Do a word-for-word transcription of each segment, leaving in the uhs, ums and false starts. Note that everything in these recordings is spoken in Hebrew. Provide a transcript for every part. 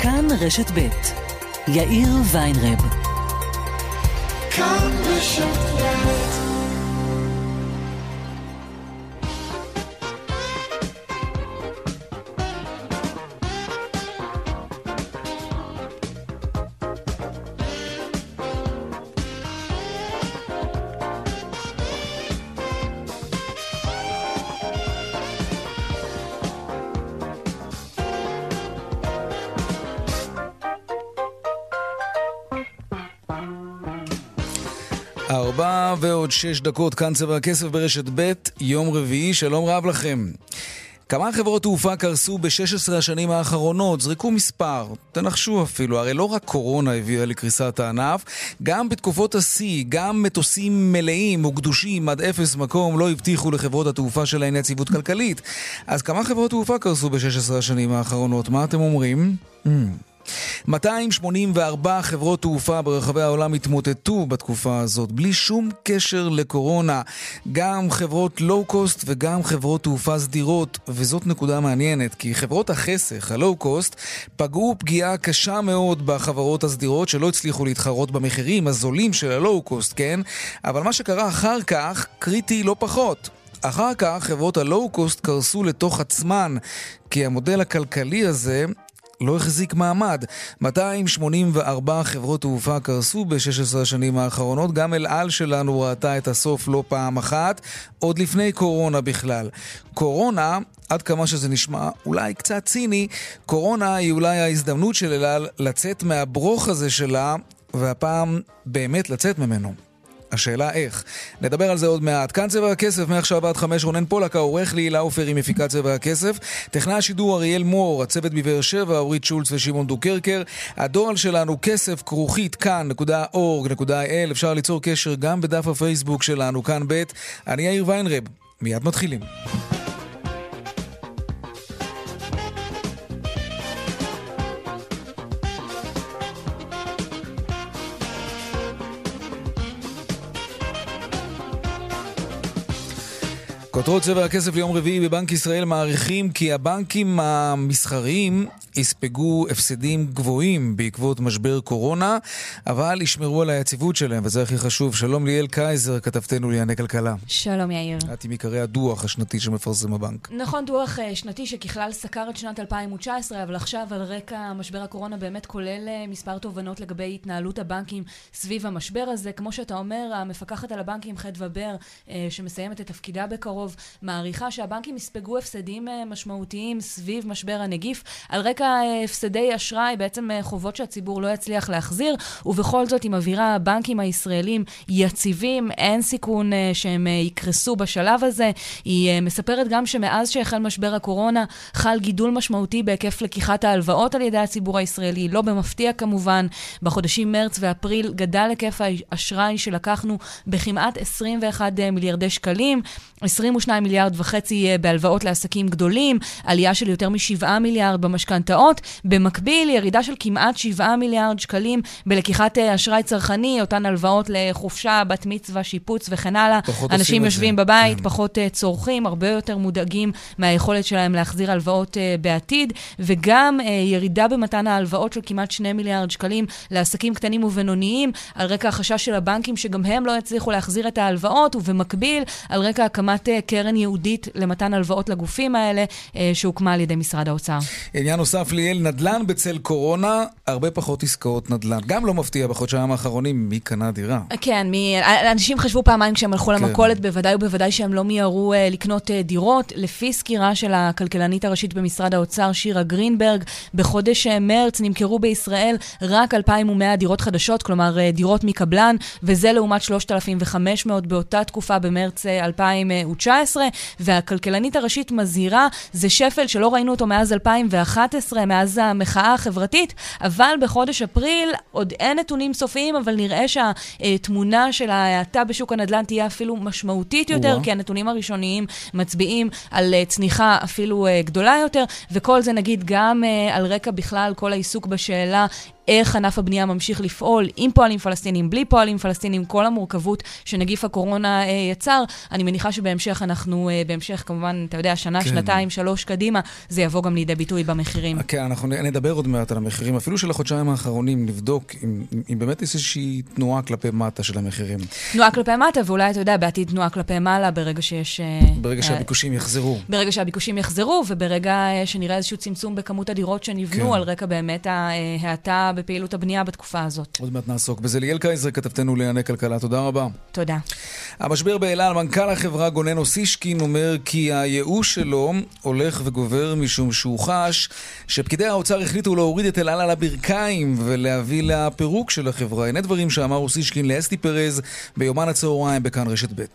כאן רשת ב' יאיר ויינרב. כאן רשת ב'. ארבע ועוד שש דקות, כאן צבע הכסף ברשת ב', יום רביעי, שלום רב לכם. כמה חברות תעופה קרסו ב-שש עשרה השנים האחרונות? זריקו מספר, תנחשו אפילו, הרי לא רק קורונה הביאה לקריסת הענף, גם בתקופות השיא, גם מטוסים מלאים וקדושים עד אפס מקום לא הבטיחו לחברות התעופה שלהן יציבות כלכלית. אז כמה חברות תעופה קרסו ב-שש עשרה השנים האחרונות? מה אתם אומרים? Hmm. מאתיים שמונים וארבע חברות תעופה ברחבי העולם התמוטטו בתקופה הזאת, בלי שום קשר לקורונה. גם חברות לואו-קוסט וגם חברות תעופה סדירות, וזאת נקודה מעניינת, כי חברות החסך, הלואו-קוסט, פגעו פגיעה קשה מאוד בחברות הסדירות, שלא הצליחו להתחרות במחירים הזולים של הלואו-קוסט, כן? אבל מה שקרה אחר כך, קריטי לא פחות. אחר כך חברות הלואו-קוסט קרסו לתוך עצמן, כי המודל הכלכלי הזה לא החזיק מעמד. מאתיים שמונים וארבע חברות תעופה קרסו ב-שש עשרה השנים האחרונות. גם אל על שלנו ראתה את הסוף לא פעם אחת, עוד לפני קורונה בכלל. קורונה, עד כמה שזה נשמע אולי קצת ציני, קורונה היא אולי ההזדמנות של אל על לצאת מהברוך הזה שלה, והפעם באמת לצאת ממנו. השאלה איך. נדבר על זה עוד מעט. כאן צבע הכסף, מעכשיו עד חמש, רונן פולק, העורך לילה אופר עם מפיקת צבע הכסף, טכנאי השידור אריאל מור, הצוות בבאר שבע, אורית שולץ ושמעון דוקרקר. הדואל שלנו כסף כרוכית כאן נקודה אורג נקודה איי אל. אפשר ליצור קשר גם בדף הפייסבוק שלנו, כאן ב'. אני יאיר ויינרב. מיד מתחילים. כותרות צבע הכסף ליום רביעי. בבנק ישראל מעריכים כי הבנקים המסחריים יספגו הפסדים גבוהים בעקבות משבר קורונה, אבל ישמרו על היציבות שלהם, וזה הכי חשוב. שלום ליאל קייזר, כתבתנו לענייני כלכלה. שלום יאיר. את עם עיקרי הדוח השנתי שמפרסם הבנק. נכון, דוח שנתי שככלל סקר את שנת אלפיים תשע עשרה, אבל עכשיו על רקע משבר הקורונה באמת כולל מספר תובנות לגבי התנהלות הבנקים סביב המשבר הזה. כמו שאתה אומר, המפקחת על הבנקים חדווה בר, שמסיימת את תפקידה בקרוב, מעריכה שהבנקים יספגו הפסדים משמעותיים סביב משבר הנגיף, על רקע הפסדי אשראי, בעצם חובות שהציבור לא יצליח להחזיר, ובכל זאת היא מבהירה, הבנקים הישראלים יציבים, אין סיכון שהם יקרסו בשלב הזה. היא מספרת גם שמאז שהחל משבר הקורונה, חל גידול משמעותי בהיקף לקיחת ההלוואות על ידי הציבור הישראלי, לא במפתיע כמובן. בחודשים מרץ ואפריל גדל היקף האשראי שלקחנו בכמעט עשרים ואחד מיליארדי שקלים, עשרים ושניים מיליארד וחצי בהלוואות לעסקים גדולים, עלייה של יותר משבעה מיליארד במשכנתאות, במקביל ירידה של כמעט שבעה מיליארד שקלים בלקיחת אשראי צרכני, אותן הלוואות לחופשה, בת מצווה, שיפוץ וכן הלאה. אנשים יושבים בבית, פחות צורכים, הרבה יותר מודאגים מהיכולת שלהם להחזיר הלוואות בעתיד, וגם ירידה במתן ההלוואות של כמעט שני מיליארד שקלים לעסקים קטנים ובינוניים, על רקע החשש של הבנקים שגם הם לא יצליחו להחזיר את ההלוואות, ובמקביל על רקע הקמת קרן ייעודית למתן הלוואות לגופים האלה, שהוקמה על ידי משרד האוצר. עניין נוסף ליאל, נדל"ן בצל קורונה, הרבה פחות עסקאות נדל"ן. גם לא מפתיע בחודשיים האחרונים מי קנה דירה. כן, מי, אנשים חשבו פעמיים כשהם הלכו כן. למכולת, בוודאי ובוודאי שהם לא מיירו uh, לקנות uh, דירות. לפי סקירה של הכלכלנית הראשית במשרד האוצר, שירה גרינברג, בחודש uh, מרץ נמכרו בישראל רק אלפיים ומאה דירות חדשות, כלומר uh, דירות מקבלן, וזה לעומת שלושת אלפים וחמש מאות באותה תקופה במרץ uh, אלפיים תשע עשרה, והכלכלנית הראשית מזהירה, זה שפל שלא ראינו אותו מאז אלפיים ואחת עשרה, מאז המחאה החברתית, אבל בחודש אפריל עוד אין נתונים סופיים, אבל נראה שהתמונה של ההאטה בשוק הנדל"ן תהיה אפילו משמעותית יותר, כי הנתונים הראשוניים מצביעים על צניחה אפילו גדולה יותר, וכל זה נגיד גם על רקע בכלל כל העיסוק בשאלה איך ענף הבנייה ממשיך לפעול, עם פועלים פלסטינים, בלי פועלים פלסטינים, כל המורכבות שנגיף הקורונה אה, יצר. אני מניחה שבהמשך אנחנו, אה, בהמשך כמובן, אתה יודע, שנה, כן. שנתיים, שלוש קדימה, זה יבוא גם לידי ביטוי במחירים. כן, אנחנו נדבר עוד מעט על המחירים, אפילו של החודשיים האחרונים, נבדוק אם, אם באמת יש איזושהי תנועה כלפי מטה של המחירים. תנועה כלפי מטה, ואולי אתה יודע, בעתיד תנועה כלפי מעלה, ברגע שיש... ברגע שהביקושים יחזרו. ברגע שהביקושים יחזרו, וברגע שנראה איזשהו צמצום בכמות הדירות שנבנו, כן. על רקע באמת ההאטה בפעילות הבנייה בתקופה הזאת. עוד מעט נעסוק בזה. ליאל קייזר, כתבתנו לענייני כלכלה, תודה רבה. תודה. המשבר באל על, מנכ"ל החברה גונן אוסישקין אומר כי הייאוש שלו הולך וגובר משום שהוא חש שפקידי האוצר החליטו להוריד את אל על על הברכיים ולהביא לפירוק של החברה. הנה דברים שאמר אוסישקין לאסתי פרז ביומן הצהריים בכאן רשת ב'.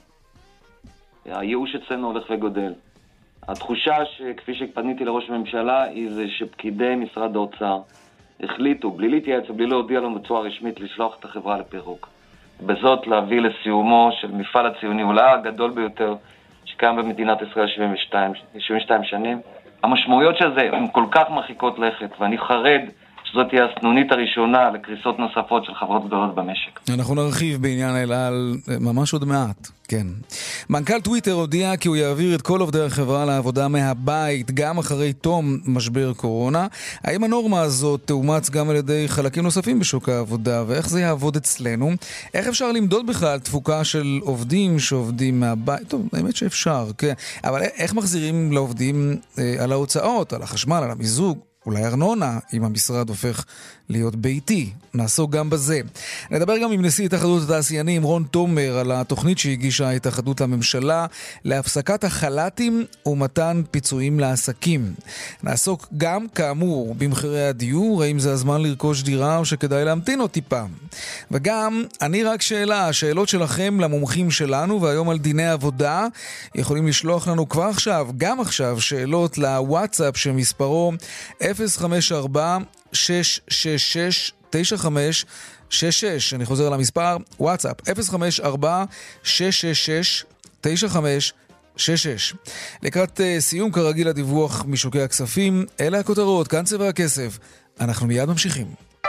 הייאוש אצלנו הולך וגודל. התחושה שכפי שפניתי לראש הממשלה היא זה שפקידי משרד האוצר החליטו, בלי להתייעץ ובלי להודיע לנו בצורה רשמית, לשלוח את החברה לפירוק. בזאת להביא לסיומו של מפעל הציוני, אולי הגדול ביותר שקיים במדינת ישראל שבעים ושתיים שנים. המשמעויות של זה הן כל כך מרחיקות לכת, ואני חרד שזאת תהיה הסנונית הראשונה לקריסות נוספות של חברות גדולות במשק. אנחנו נרחיב בעניין אל על ממש עוד מעט, כן. מנכ"ל טוויטר הודיע כי הוא יעביר את כל עובדי החברה לעבודה מהבית, גם אחרי תום משבר קורונה. האם הנורמה הזאת תאומץ גם על ידי חלקים נוספים בשוק העבודה, ואיך זה יעבוד אצלנו? איך אפשר למדוד בכלל תפוקה של עובדים שעובדים מהבית? טוב, האמת שאפשר, כן. אבל איך מחזירים לעובדים אה, על ההוצאות, על החשמל, על המיזוג? אולי ארנונה, אם המשרד הופך להיות ביתי. נעסוק גם בזה. נדבר גם עם נשיא התאחדות התעשיינים, רון תומר, על התוכנית שהגישה ההתאחדות לממשלה להפסקת החל"תים ומתן פיצויים לעסקים. נעסוק גם, כאמור, במחירי הדיור, האם זה הזמן לרכוש דירה או שכדאי להמתין עוד טיפה. וגם, אני רק שאלה, השאלות שלכם למומחים שלנו, והיום על דיני עבודה, יכולים לשלוח לנו כבר עכשיו, גם עכשיו, שאלות לוואטסאפ שמספרו אפס חמש ארבע שש שש שש תשע חמש שש שש. אני חוזר על המספר, וואטסאפ אפס חמש ארבע שש שש שש תשע חמש שש שש. לקראת uh, סיום כרגיל הדיווח משוקי הכספים, אלה הכותרות, כאן צבע הכסף. אנחנו מיד ממשיכים.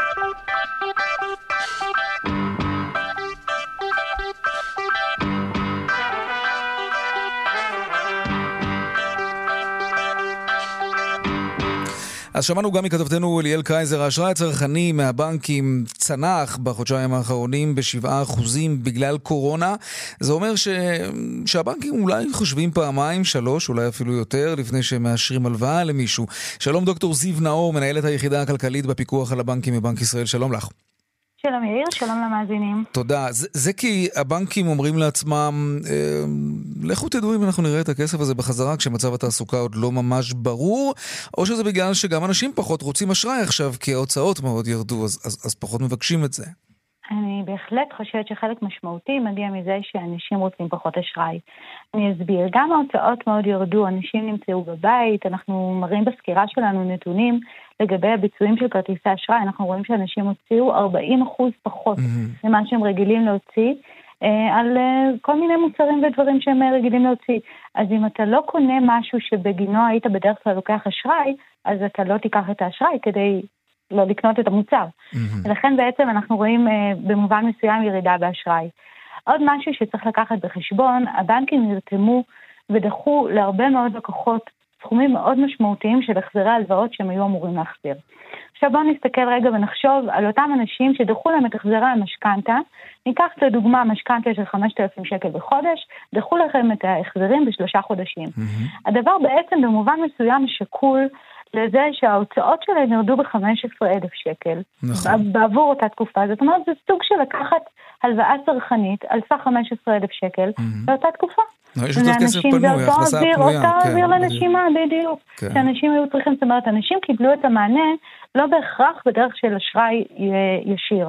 אז שמענו גם מכתבתנו ליאל קייזר, האשראי הצרכני מהבנקים צנח בחודשיים האחרונים בשבעה אחוזים בגלל קורונה. זה אומר ש... שהבנקים אולי חושבים פעמיים, שלוש, אולי אפילו יותר, לפני שמאשרים הלוואה למישהו. שלום דוקטור זיו נאור, מנהלת היחידה הכלכלית בפיקוח על הבנקים מבנק ישראל, שלום לך. שלום יאיר, שלום למאזינים. תודה. זה, זה כי הבנקים אומרים לעצמם, אה, לכו תדעו אם אנחנו נראה את הכסף הזה בחזרה כשמצב התעסוקה עוד לא ממש ברור, או שזה בגלל שגם אנשים פחות רוצים אשראי עכשיו, כי ההוצאות מאוד ירדו, אז, אז, אז פחות מבקשים את זה. אני בהחלט חושבת שחלק משמעותי מגיע מזה שאנשים רוצים פחות אשראי. אני אסביר, גם ההוצאות מאוד ירדו, אנשים נמצאו בבית, אנחנו מראים בסקירה שלנו נתונים לגבי הביצועים של כרטיסי אשראי, אנחנו רואים שאנשים הוציאו ארבעים אחוז פחות mm-hmm. ממה שהם רגילים להוציא, אה, על אה, כל מיני מוצרים ודברים שהם רגילים להוציא. אז אם אתה לא קונה משהו שבגינו היית בדרך כלל לוקח אשראי, אז אתה לא תיקח את האשראי כדי לא לקנות את המוצר. Mm-hmm. ולכן בעצם אנחנו רואים אה, במובן מסוים ירידה באשראי. עוד משהו שצריך לקחת בחשבון, הבנקים נרתמו ודחו להרבה מאוד לקוחות סכומים מאוד משמעותיים של החזרי הלוואות שהם היו אמורים להחזיר. עכשיו בואו נסתכל רגע ונחשוב על אותם אנשים שדחו להם את החזרי המשכנתה. ניקח לדוגמה משכנתה של חמשת אלפים שקל בחודש, דחו לכם את ההחזרים בשלושה חודשים. Mm-hmm. הדבר בעצם במובן מסוים שקול לזה שההוצאות שלהם ירדו ב-חמישה עשר אלף שקל. נכון. בעבור אותה תקופה. זאת אומרת, זה סוג של לקחת הלוואה צרכנית על סך חמישה עשר אלף שקל mm-hmm. באותה תקופה. יש יותר כסף פנוי, הכנסה פנויה. אותו אוויר לנשימה, בדיוק. שאנשים היו צריכים, זאת אומרת, אנשים קיבלו את המענה, לא בהכרח בדרך של אשראי ישיר.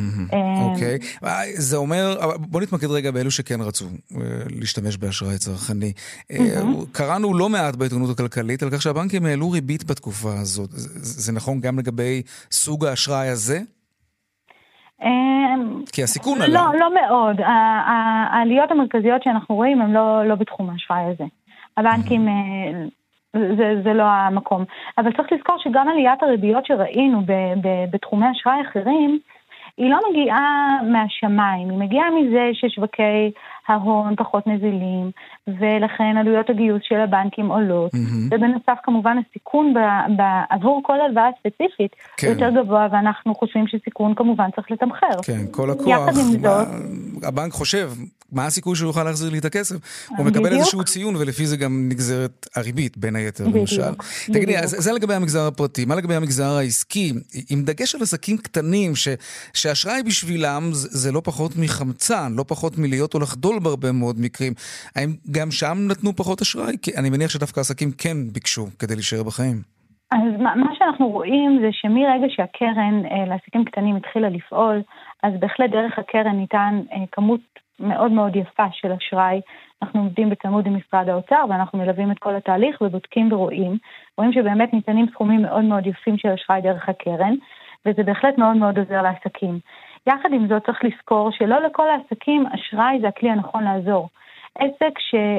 אוקיי. זה אומר, בוא נתמקד רגע באלו שכן רצו להשתמש באשראי צרכני. קראנו לא מעט בעיתונות הכלכלית על כך שהבנקים העלו ריבית בתקופה הזאת. זה נכון גם לגבי סוג האשראי הזה? כי הסיכון עלה. לא, לא מאוד. העליות המרכזיות שאנחנו רואים הם לא, לא בתחום האשראי הזה. הבנקים זה, זה לא המקום. אבל צריך לזכור שגם עליית הריביות שראינו ב, ב, בתחומי אשראי אחרים, היא לא מגיעה מהשמיים, היא מגיעה מזה ששווקי ההון פחות נזילים, ולכן עלויות הגיוס של הבנקים עולות, mm-hmm. ובנוסף כמובן הסיכון ב- ב- עבור כל הלוואה ספציפית כן. יותר גבוה, ואנחנו חושבים שסיכון כמובן צריך לתמחר. כן, כל הכוח. זאת... הבנק חושב, מה הסיכוי שהוא יוכל להחזיר לי את הכסף? הוא מקבל בדיוק. איזשהו ציון, ולפי זה גם נגזרת הריבית, בין היתר בדיוק. למשל. בדיוק. תגידי, אז זה לגבי המגזר הפרטי, מה לגבי המגזר העסקי? עם דגש על עסקים קטנים, ש... שהאשראי בשבילם זה, זה לא פחות מחמצן, לא פחות מלהיות או לחדול בהרבה מאוד מקרים. האם גם שם נתנו פחות אשראי? כי אני מניח שדווקא עסקים כן ביקשו כדי להישאר בחיים. אז מה, מה שאנחנו רואים זה שמרגע שהקרן אה, לעסקים קטנים התחילה לפעול, אז בהחלט דרך הקרן ניתן אה, כמות מאוד מאוד יפה של אשראי. אנחנו עובדים בצמוד עם משרד האוצר, ואנחנו מלווים את כל התהליך ובודקים ורואים. רואים שבאמת ניתנים סכומים מאוד מאוד יפים של אשראי דרך הקרן, וזה בהחלט מאוד מאוד עוזר לעסקים. יחד עם זאת צריך לזכור שלא לכל העסקים אשראי זה הכלי הנכון לעזור. עסק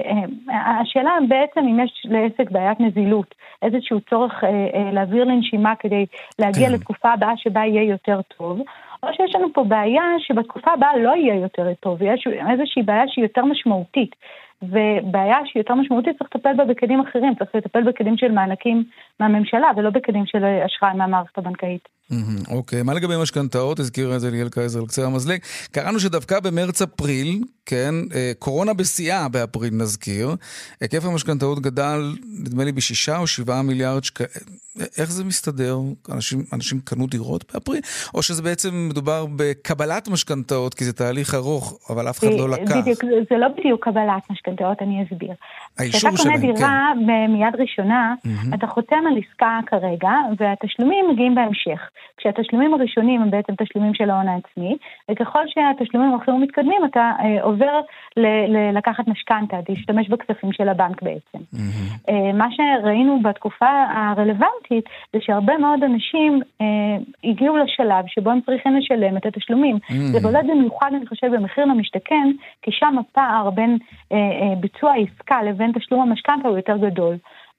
שהשאלה בעצם אם יש לעסק בעיית נזילות, איזשהו צורך להעביר לנשימה כדי להגיע לתקופה הבאה שבה יהיה יותר טוב, או שיש לנו פה בעיה שבתקופה הבאה לא יהיה יותר טוב, יש איזושהי בעיה שהיא יותר משמעותית, ובעיה שהיא יותר משמעותית צריך לטפל בה בכלים אחרים, צריך לטפל בכלים של מענקים מהממשלה, ולא בכלים של אשראי מהמערכת הבנקאית. אוקיי, מה לגבי משכנתאות? הזכירה את זה ליאל קייזר על קצה המזלג. קראנו שדווקא במרץ-אפריל, כן, קורונה בשיאה באפריל נזכיר, היקף המשכנתאות גדל, נדמה לי, בשישה או שבעה מיליארד שקלים. איך זה מסתדר? אנשים, אנשים קנו דירות באפריל? או שזה בעצם מדובר בקבלת משכנתאות, כי זה תהליך ארוך, אבל אף אחד לא לקח? בדיוק, זה לא בדיוק קבלת משכנתאות, אני אסביר. האישור כשאתה קונה דירה מיד ראשונה, אתה חותם על עסקה כרגע, והתשלומים מגיעים בהמשך. כשהתשלומים הראשונים הם בעצם תשלומים של ההון העצמי, וככל שהתשלומים האחרים מתקדמים, אתה אה, עובר ל- ל- לקחת משכנתא, להשתמש בכספים של הבנק בעצם. Mm-hmm. אה, מה שראינו בתקופה הרלוונטית, זה שהרבה מאוד אנשים אה, הגיעו לשלב שבו הם צריכים לשלם את התשלומים. Mm-hmm. זה בולט במיוחד, אני חושב, במחיר למשתכן, כי שם הפער בין אה, אה, ביצוע העסקה לבין תשלום המשכנתא הוא יותר גדול.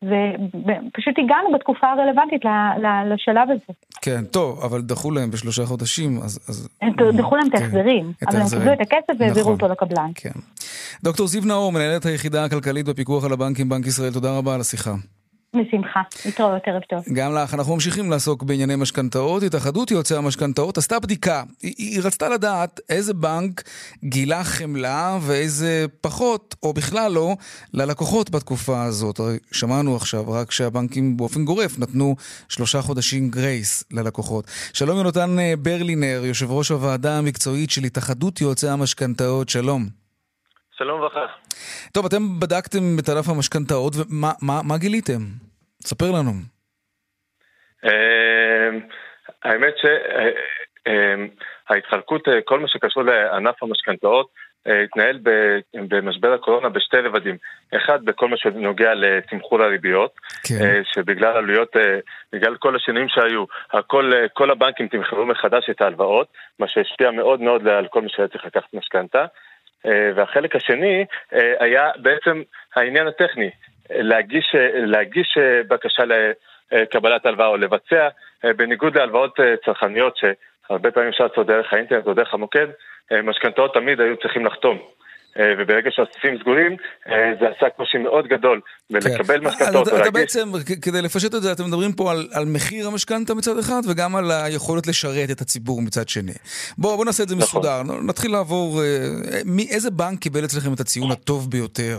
ופשוט הגענו בתקופה הרלוונטית לשלב הזה. כן, טוב, אבל דחו להם בשלושה חודשים, אז... דחו להם את ההחזרים, אבל הם קיבלו את הכסף והעבירו אותו לקבלן. כן. דוקטור זיו נאור, מנהלת היחידה הכלכלית בפיקוח על הבנקים, בנק ישראל, תודה רבה על השיחה. בשמחה, להתראות, ערב טוב. גם לך, אנחנו ממשיכים לעסוק בענייני משכנתאות. התאחדות יועצי המשכנתאות עשתה בדיקה. היא, היא רצתה לדעת איזה בנק גילה חמלה ואיזה פחות, או בכלל לא, ללקוחות בתקופה הזאת. שמענו עכשיו רק שהבנקים באופן גורף נתנו שלושה חודשים גרייס ללקוחות. שלום יונתן ברלינר, יושב ראש הוועדה המקצועית של התאחדות יועצי המשכנתאות. שלום. שלום וברכה. טוב, אתם בדקתם את ענף המשכנתאות, ומה מה, מה גיליתם? ספר לנו. האמת שההתחלקות, כל מה שקשור לענף המשכנתאות, התנהל במשבר הקורונה בשתי רבדים. אחד, בכל מה שנוגע לתמחור הריביות, כן. שבגלל עלויות, בגלל כל השינויים שהיו, הכל, כל הבנקים תמחרו מחדש את ההלוואות, מה שהשפיע מאוד מאוד על כל מי שהיה צריך לקחת משכנתא. והחלק השני היה בעצם העניין הטכני, להגיש, להגיש בקשה לקבלת הלוואה או לבצע, בניגוד להלוואות צרכניות שהרבה פעמים אפשר לעשות דרך האינטרנט או דרך המוקד, משכנתאות תמיד היו צריכים לחתום. וברגע שהסניפים סגורים, זה עשה קושי מאוד גדול ולקבל משכנתאות. אתה בעצם, כדי לפשט את זה, אתם מדברים פה על מחיר המשכנתא מצד אחד, וגם על היכולת לשרת את הציבור מצד שני. בואו נעשה את זה מסודר. נתחיל לעבור, איזה בנק קיבל אצלכם את הציון הטוב ביותר?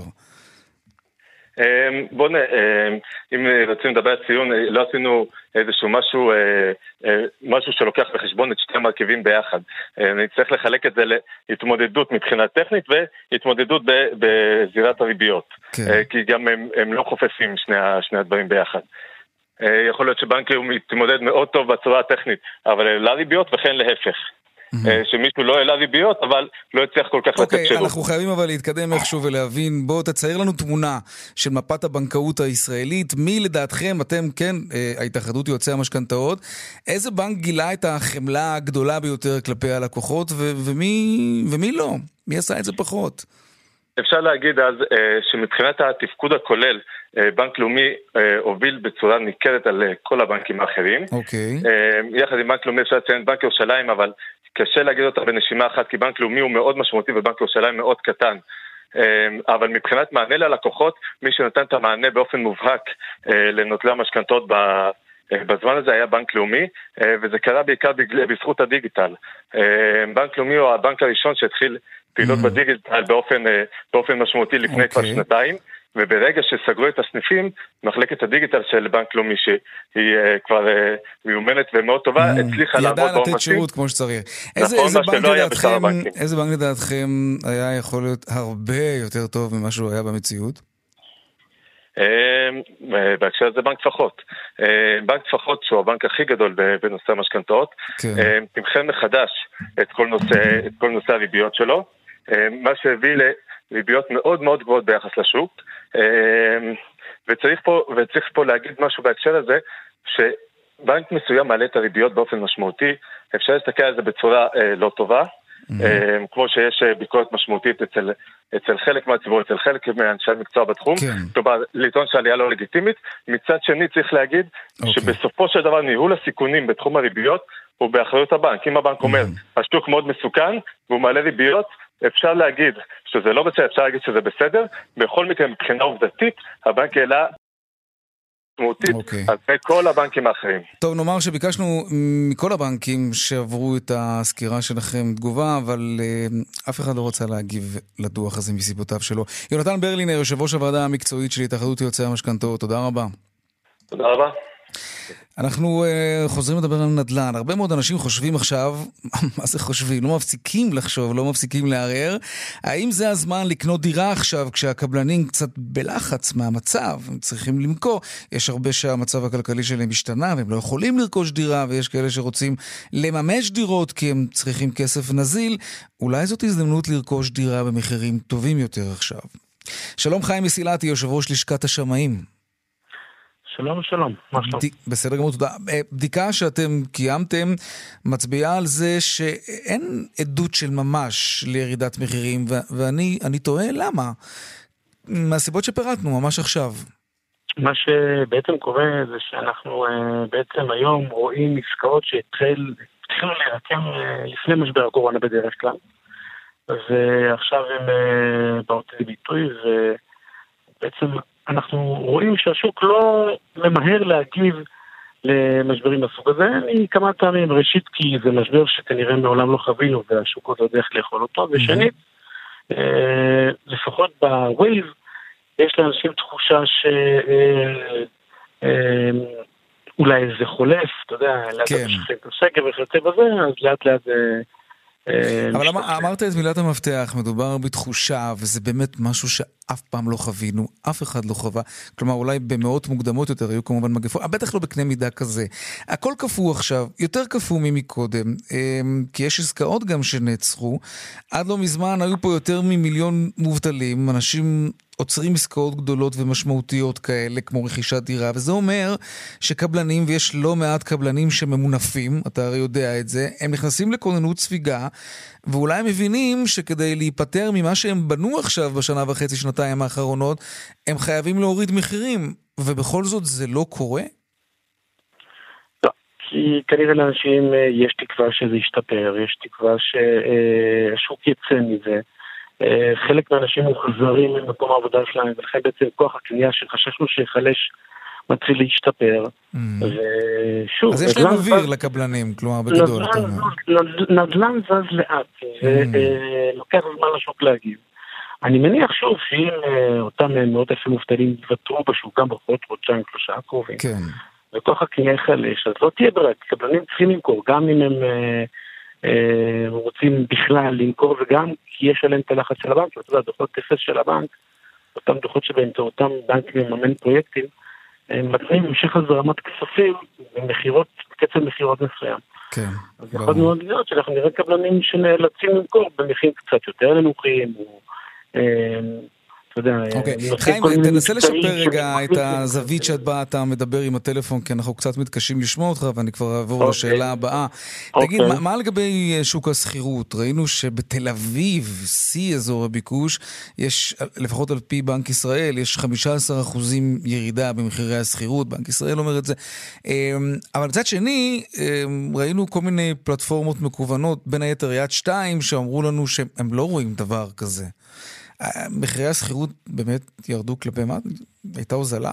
בואו נ... אם רוצים לדבר על ציון, לא עשינו איזשהו משהו, משהו שלוקח בחשבון את שתי המרכיבים ביחד. אני צריך לחלק את זה להתמודדות מבחינה טכנית והתמודדות בזירת הריביות. כן. כי גם הם, הם לא חופפים שני, שני הדברים ביחד. יכול להיות שבנק הוא מתמודד מאוד טוב בצורה הטכנית, אבל לריביות וכן להפך. שמישהו לא העלה ריביות, אבל לא הצליח כל כך לתת שירות. אוקיי, אנחנו חייבים אבל להתקדם איכשהו ולהבין, בואו תצייר לנו תמונה של מפת הבנקאות הישראלית, מי לדעתכם, אתם כן, ההתאחדות יועצי המשכנתאות, איזה בנק גילה את החמלה הגדולה ביותר כלפי הלקוחות, ומי לא? מי עשה את זה פחות? אפשר להגיד אז שמבחינת התפקוד הכולל בנק לאומי הוביל בצורה ניכרת על כל הבנקים האחרים. אוקיי. יחד עם בנק לאומי אפשר לציין בנק ירושלים, אבל קשה להגיד אותה בנשימה אחת, כי בנק לאומי הוא מאוד משמעותי ובנק ירושלים מאוד קטן. אבל מבחינת מענה ללקוחות, מי שנתן את המענה באופן מובהק לנוטלי המשכנתאות בזמן הזה היה בנק לאומי, וזה קרה בעיקר בזכות הדיגיטל. בנק לאומי הוא הבנק הראשון שהתחיל פעילות בדיגיטל באופן, באופן משמעותי לפני כבר שנתיים, וברגע שסגרו את הסניפים, מחלקת הדיגיטל של בנק לאומי, שהיא כבר מיומנת ומאוד טובה, הצליחה לעבוד בעומסים. ידעה לתת שירות כמו שצריך. איזה בנק לדעתכם היה יכול להיות הרבה יותר טוב ממה שהוא היה במציאות? בהקשר הזה בנק טפחות. בנק טפחות שהוא הבנק הכי גדול בנושא המשכנתאות, תמחר מחדש את כל נושא, את כל נושא הריביות שלו, מה שהביא לריביות מאוד מאוד גבוהות ביחס לשוק, וצריך פה, וצריך פה להגיד משהו בהקשר הזה, שבנק מסוים מעלה את הריביות באופן משמעותי, אפשר להסתכל על זה בצורה לא טובה, Mm-hmm. כמו שיש ביקורת משמעותית אצל, אצל חלק מהציבור, אצל חלק מאנשי המקצוע בתחום, כן. כלומר, לטעון שהעלייה לא לגיטימית. מצד שני צריך להגיד okay. שבסופו של דבר ניהול הסיכונים בתחום הריביות הוא באחריות הבנק. אם הבנק mm-hmm. אומר, השוק מאוד מסוכן והוא מעלה ריביות, אפשר להגיד שזה לא בסדר, אפשר להגיד שזה בסדר. בכל מקרה, מבחינה עובדתית, הבנק העלה על פני כל הבנקים האחרים. טוב, נאמר שביקשנו מכל הבנקים שעברו את הסקירה שלכם תגובה, אבל אף אחד לא רוצה להגיב לדוח הזה מסיבותיו שלו. יונתן ברלינר, יושב ראש הוועדה המקצועית של התאחדות יועצי המשכנתאות, תודה רבה. תודה רבה. אנחנו uh, חוזרים לדבר על נדל"ן. הרבה מאוד אנשים חושבים עכשיו, מה זה חושבים? לא מפסיקים לחשוב, לא מפסיקים לערער. האם זה הזמן לקנות דירה עכשיו, כשהקבלנים קצת בלחץ מהמצב, הם צריכים למכור? יש הרבה שהמצב הכלכלי שלהם השתנה, והם לא יכולים לרכוש דירה, ויש כאלה שרוצים לממש דירות, כי הם צריכים כסף נזיל. אולי זאת הזדמנות לרכוש דירה במחירים טובים יותר עכשיו. שלום חיים מסילתי, יושב ראש לשכת השמאים. שלום, שלום. בסדר גמור, תודה. בדיקה שאתם קיימתם מצביעה על זה שאין עדות של ממש לירידת מחירים, ואני אני תוהה למה. מהסיבות שפירטנו, ממש עכשיו. מה שבעצם קורה זה שאנחנו בעצם היום רואים עסקאות שהתחילו להירקם לפני משבר הקורונה בדרך כלל, ועכשיו הם באות לביטוי, ובעצם אנחנו רואים שהשוק לא ממהר להגיב למשברים בסוג הזה, מכמה טעמים. ראשית, כי זה משבר שכנראה מעולם לא חווינו, והשוק עוד לא יודע איך לאכול אותו, ושנית, לפחות בווייב, יש לאנשים תחושה שאולי זה חולף, אתה יודע, לאט לאט משחק את הסקר וכיוצא בזה, אז לאט לאט אבל אמרת את מילת המפתח, מדובר בתחושה, וזה באמת משהו שאף פעם לא חווינו, אף אחד לא חווה, כלומר אולי במאות מוקדמות יותר היו כמובן מגפות, בטח לא בקנה מידה כזה. הכל קפוא עכשיו, יותר קפוא ממקודם, כי יש עסקאות גם שנעצרו, עד לא מזמן היו פה יותר ממיליון מובטלים, אנשים עוצרים עסקאות גדולות ומשמעותיות כאלה, כמו רכישת דירה, וזה אומר שקבלנים, ויש לא מעט קבלנים שממונפים, אתה הרי יודע את זה, הם נכנסים לכוננות ספיגה, ואולי הם מבינים שכדי להיפטר ממה שהם בנו עכשיו בשנה וחצי, שנתיים האחרונות, הם חייבים להוריד מחירים, ובכל זאת זה לא קורה? לא, כי כנראה לאנשים יש תקווה שזה ישתפר, יש תקווה שהשוק יצא מזה, חלק מהאנשים מוחזרים ממקום העבודה שלהם, ולכן בעצם כוח הקנייה שחששנו שיחלש מתחיל להשתפר. ושוב, אז יש להם אוויר לקבלנים, כלומר בגדול. נדל"ן זז לאט, ולוקח זמן לשוק להגיב. אני מניח שוב שאם אותם מאות אלפי מובטלים יוותרו בשוק גם בחודש, חודשיים, שלושה הקרובים, וכוח הקנייה יחלש, אז לא תהיה ברק, קבלנים צריכים למכור, גם אם הם רוצים בכלל למכור, וגם כי יש עליהם את הלחץ של הבנק, ואתה יודע, דוחות אפס של הבנק, אותם דוחות שבאמצעותם בנק מממן פרויקטים, הם מתנים המשך הזרמת כספים במחירות, קצב מחירות מסוים. כן. אז יכול מאוד להיות שאנחנו נראה קבלנים שנאלצים למכור במחירים קצת יותר נמוכים, או יודע. אוקיי, חיים, תנסה לשפר רגע את הזווית שאת בה אתה מדבר עם הטלפון, כי אנחנו קצת מתקשים לשמוע אותך, ואני כבר אעבור לשאלה הבאה. תגיד, מה לגבי שוק הסחירות? ראינו שבתל אביב, שיא אזור הביקוש, יש, לפחות על פי בנק ישראל, יש חמישה עשר אחוזים ירידה במחירי הסחירות, בנק ישראל אומר את זה. אבל מצד שני, ראינו כל מיני פלטפורמות מקוונות, בין היתר יד שתיים, שאמרו לנו שהם לא רואים דבר כזה. מחירי הסחירות באמת ירדו כלפי מה? הייתה הוזלה?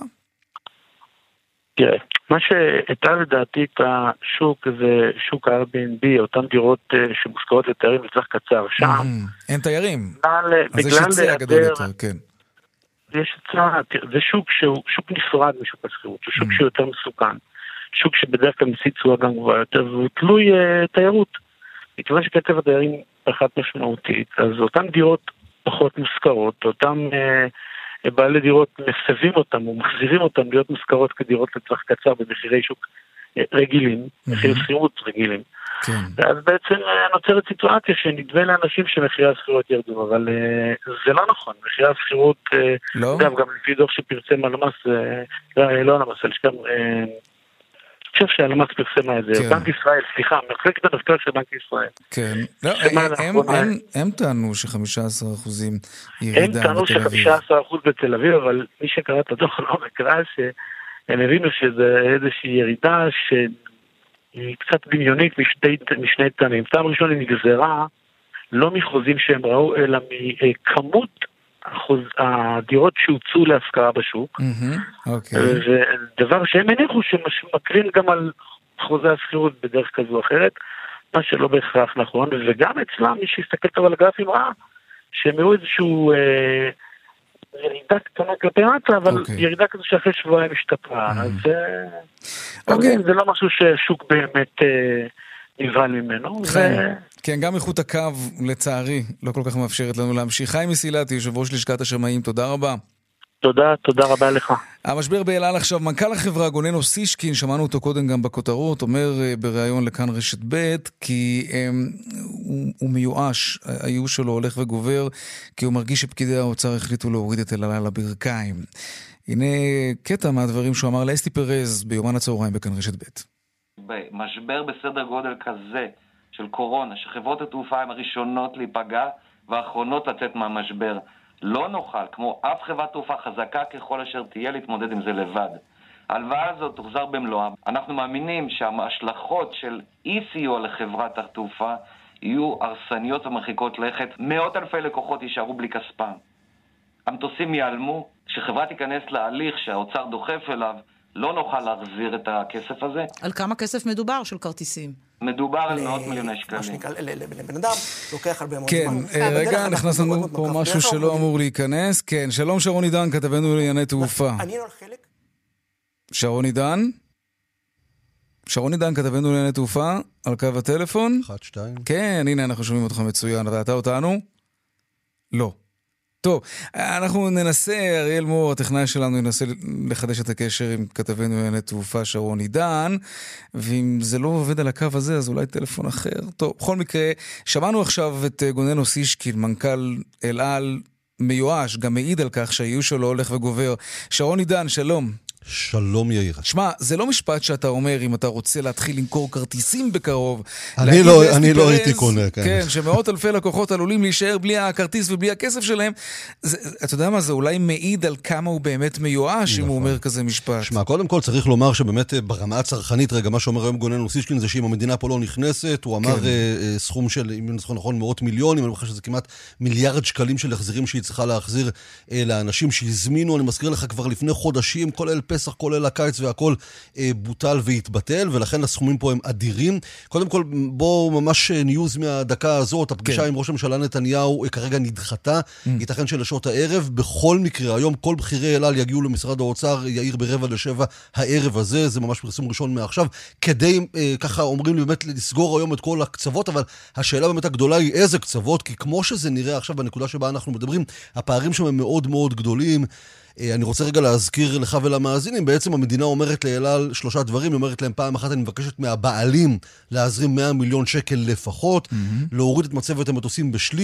תראה, מה שהייתה לדעתי את השוק זה שוק ה-Airbnb, אותן דירות שמושכרות לתיירים לטווח קצר שם. אין תיירים. אז יש היצע גדול יותר, כן. יש היצע, זה שוק שהוא שוק נפרד משוק הסחירות, הוא שוק שיותר מסוכן. שוק שבדרך כלל מסית תשואה גם גבוהה יותר, והוא תלוי תיירות. מכיוון שקצב הדיירים פחת משמעותית, אז אותן דירות פחות מושכרות, אותם אה, בעלי דירות מסבים אותם או מחזירים אותם להיות מושכרות כדירות לטווח קצר במחירי שוק אה, רגילים, mm-hmm. מחירי שכירות רגילים. כן. ואז בעצם אה, נוצרת סיטואציה שנדמה לאנשים שמחירי הסחירות ירדו, אבל אה, זה לא נכון. מחירי הסחירות, אה, לא? גם, גם לפי דוח שפרסם הלמ"ס, אה, לא הלמ"ס, אלא אה, אני חושב שהלמ"ס פרסמה את זה, בנק ישראל, סליחה, מחלקת המחקר של בנק ישראל. כן, הם טענו ש-חמישה עשר אחוזים ירידה בתל אביב. הם טענו ש-חמישה עשר אחוז בתל אביב, אבל מי שקרא את הדוח לא מקרא שהם הבינו שזה איזושהי ירידה שהיא קצת דמיונית משני טעמים. טעם ראשון היא נגזרה לא מחוזים שהם ראו, אלא מכמות הדירות שהוצאו להשכרה בשוק, ודבר שהם הניחו שמקרין גם על חוזי הסחירות בדרך כזו או אחרת, מה שלא בהכרח נכון, וגם אצלם מי שהסתכל טוב על הגרפים ראה שהם ראו איזשהו ירידה קטנה כלפי מטה, אבל ירידה כזו שאחרי שבועיים השתפרה, אז זה לא משהו ששוק באמת נבהל ממנו. כן, גם איכות הקו, לצערי, לא כל כך מאפשרת לנו להמשיך. חיים מסילתי, יושב ראש לשכת השמאים, תודה רבה. תודה, תודה רבה לך. המשבר באל על עכשיו, מנכ"ל החברה גונן אוסישקין, שמענו אותו קודם גם בכותרות, אומר בריאיון לכאן רשת ב' כי um, הוא, הוא מיואש, האיוש שלו הולך וגובר, כי הוא מרגיש שפקידי האוצר החליטו להוריד את אל על על הברכיים. הנה קטע מהדברים שהוא אמר לאסתי פרז ביומן הצהריים בכאן רשת ב'. במשבר בסדר גודל כזה של קורונה, שחברות התעופה הן הראשונות להיפגע והאחרונות לצאת מהמשבר. לא נוכל, כמו אף חברת תעופה חזקה ככל אשר תהיה, להתמודד עם זה לבד. ההלוואה הזאת תוחזר במלואה. אנחנו מאמינים שההשלכות של אי סיוע לחברת התעופה יהיו הרסניות ומרחיקות לכת. מאות אלפי לקוחות יישארו בלי כספם. המטוסים ייעלמו, שחברה תיכנס להליך שהאוצר דוחף אליו, לא נוכל להחזיר את הכסף הזה. על כמה כסף מדובר של כרטיסים? מדובר על מאות מיליוני שקלים. לבן אדם לוקח הרבה מאוד זמן. כן, רגע, נכנס לנו פה משהו שלא אמור להיכנס. כן, שלום שרון עידן, כתבנו לענייני תעופה. אני על חלק? שרון עידן? שרון עידן, כתבנו לענייני תעופה, על קו הטלפון. אחת, שתיים. כן, הנה, אנחנו שומעים אותך מצוין. אתה אותנו? לא. טוב, אנחנו ננסה, אריאל מור, הטכנאי שלנו, ינסה לחדש את הקשר עם כתבנו לענייני תעופה שרון עידן, ואם זה לא עובד על הקו הזה, אז אולי טלפון אחר. טוב, בכל מקרה, שמענו עכשיו את גונן אוסישקין, מנכ"ל אל על, מיואש, גם מעיד על כך שהאיוש שלו הולך וגובר. שרון עידן, שלום. שלום יאיר. שמע, זה לא משפט שאתה אומר אם אתה רוצה להתחיל למכור כרטיסים בקרוב. אני לא, אני לא הייתי קונה. כן, שמאות אלפי לקוחות עלולים להישאר בלי הכרטיס ובלי הכסף שלהם. אתה יודע מה, זה אולי מעיד על כמה הוא באמת מיואש אם הוא אומר כזה משפט. שמע, קודם כל צריך לומר שבאמת ברמה הצרכנית, רגע, מה שאומר היום גונן אוסישקין זה שאם המדינה פה לא נכנסת, הוא אמר סכום של, אם אני זוכר נכון, מאות מיליונים, אני חושב שזה כמעט מיליארד שקלים של החזירים שהיא צריכה להחזיר לאנשים שהזמינו. אני מזכיר לך כבר לפני חודשים, כולל פסח, כולל הקיץ והכל אה, בוטל והתבטל, ולכן הסכומים פה הם אדירים. קודם כל, בואו ממש ניוז מהדקה הזאת, הפגישה כן. עם ראש הממשלה נתניהו כרגע נדחתה, mm. ייתכן שלשעות הערב. בכל מקרה, היום כל בחירי אל על יגיעו למשרד האוצר, יאיר ברבע לשבע הערב הזה, זה ממש פרסום ראשון מעכשיו, כדי, אה, ככה אומרים לי באמת לסגור היום את כל הקצוות, אבל השאלה באמת הגדולה היא איזה קצוות, כי כמו שזה נראה עכשיו בנקודה שבה אנחנו מדברים, הפערים שם הם מאוד מאוד גדולים. אני רוצה רגע להזכיר לך ולמאזינים, בעצם המדינה אומרת לאל על שלושה דברים, היא אומרת להם פעם אחת, אני מבקשת מהבעלים להזרים מאה מיליון שקל לפחות, mm-hmm. להוריד את מצבת המטוסים בשליש,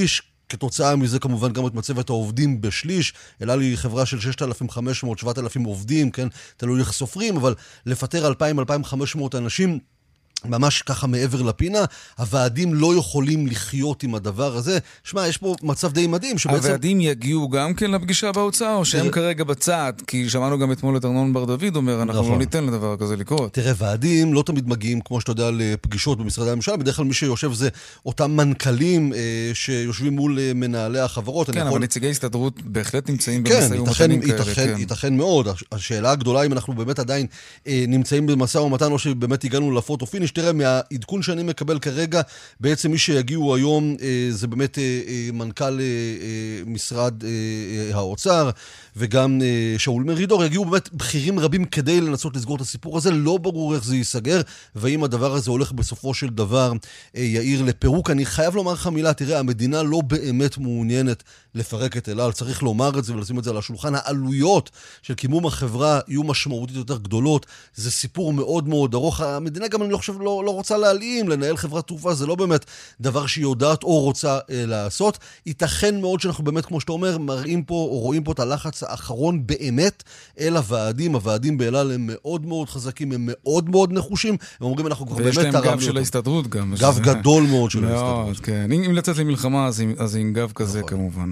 כתוצאה מזה כמובן גם את מצבת העובדים בשליש, אלא לי חברה של שישת אלפים וחמש מאות שבעת אלפים עובדים, כן, תלוי איך סופרים, אבל לפטר אלפיים עד אלפיים וחמש מאות אנשים, ממש ככה מעבר לפינה, הוועדים לא יכולים לחיות עם הדבר הזה. שמע, יש פה מצב די מדהים שבעצם... הוועדים יגיעו גם כן לפגישה באוצר, או שהם כרגע בצד? כי שמענו גם אתמול את ארנון בר דוד אומר, אנחנו לא ניתן לדבר כזה לקרות. תראה, ועדים לא תמיד מגיעים, כמו שאתה יודע, לפגישות במשרדי הממשלה, בדרך כלל מי שיושב זה אותם מנכ"לים אה, שיושבים מול מנהלי החברות. כן, אבל יכול... נציגי הסתדרות בהחלט נמצאים כן, במשא ומתנים כאלה. ייתכן, כן, ייתכן מאוד. השאלה הגדולה אם אנחנו באמת עדיין אה, נמצאים במשא ומתן, או שבאמת הגענו לפוטו פיניש. תראה, מהעדכון שאני מקבל כרגע, בעצם מי שיגיעו היום אה, זה באמת אה, אה, מנכ"ל אה, אה, משרד אה, אה, האוצר, וגם אה, שאול מרידור, יגיעו באמת בכירים רבים כדי לנסות לסגור את הסיפור הזה. לא ברור איך זה ייסגר, והאם הדבר הזה הולך בסופו של דבר אה, יאיר לפירוק. אני חייב לומר לך מילה, תראה, המדינה לא באמת מעוניינת לפרק את אל על, צריך לומר את זה ולשים את זה על השולחן. העלויות של קימום החברה יהיו משמעותית יותר גדולות, זה סיפור מאוד מאוד ארוך. המדינה גם, אני לא חושב, לא, לא רוצה להעלים, לנהל חברת תעופה, זה לא באמת דבר שהיא יודעת או רוצה אה, לעשות. ייתכן מאוד שאנחנו באמת, כמו שאתה אומר, מראים פה או רואים פה את הלחץ האחרון באמת אל הוועדים. הוועדים באל על הם מאוד מאוד חזקים, הם מאוד מאוד נחושים, הם אומרים אנחנו כבר באמת תרמנו. ויש להם גב של ההסתדרות גם. גב גדול מאוד של ההסתדרות. כן, אם לצאת למלחמה, אז עם גב כזה כמובן.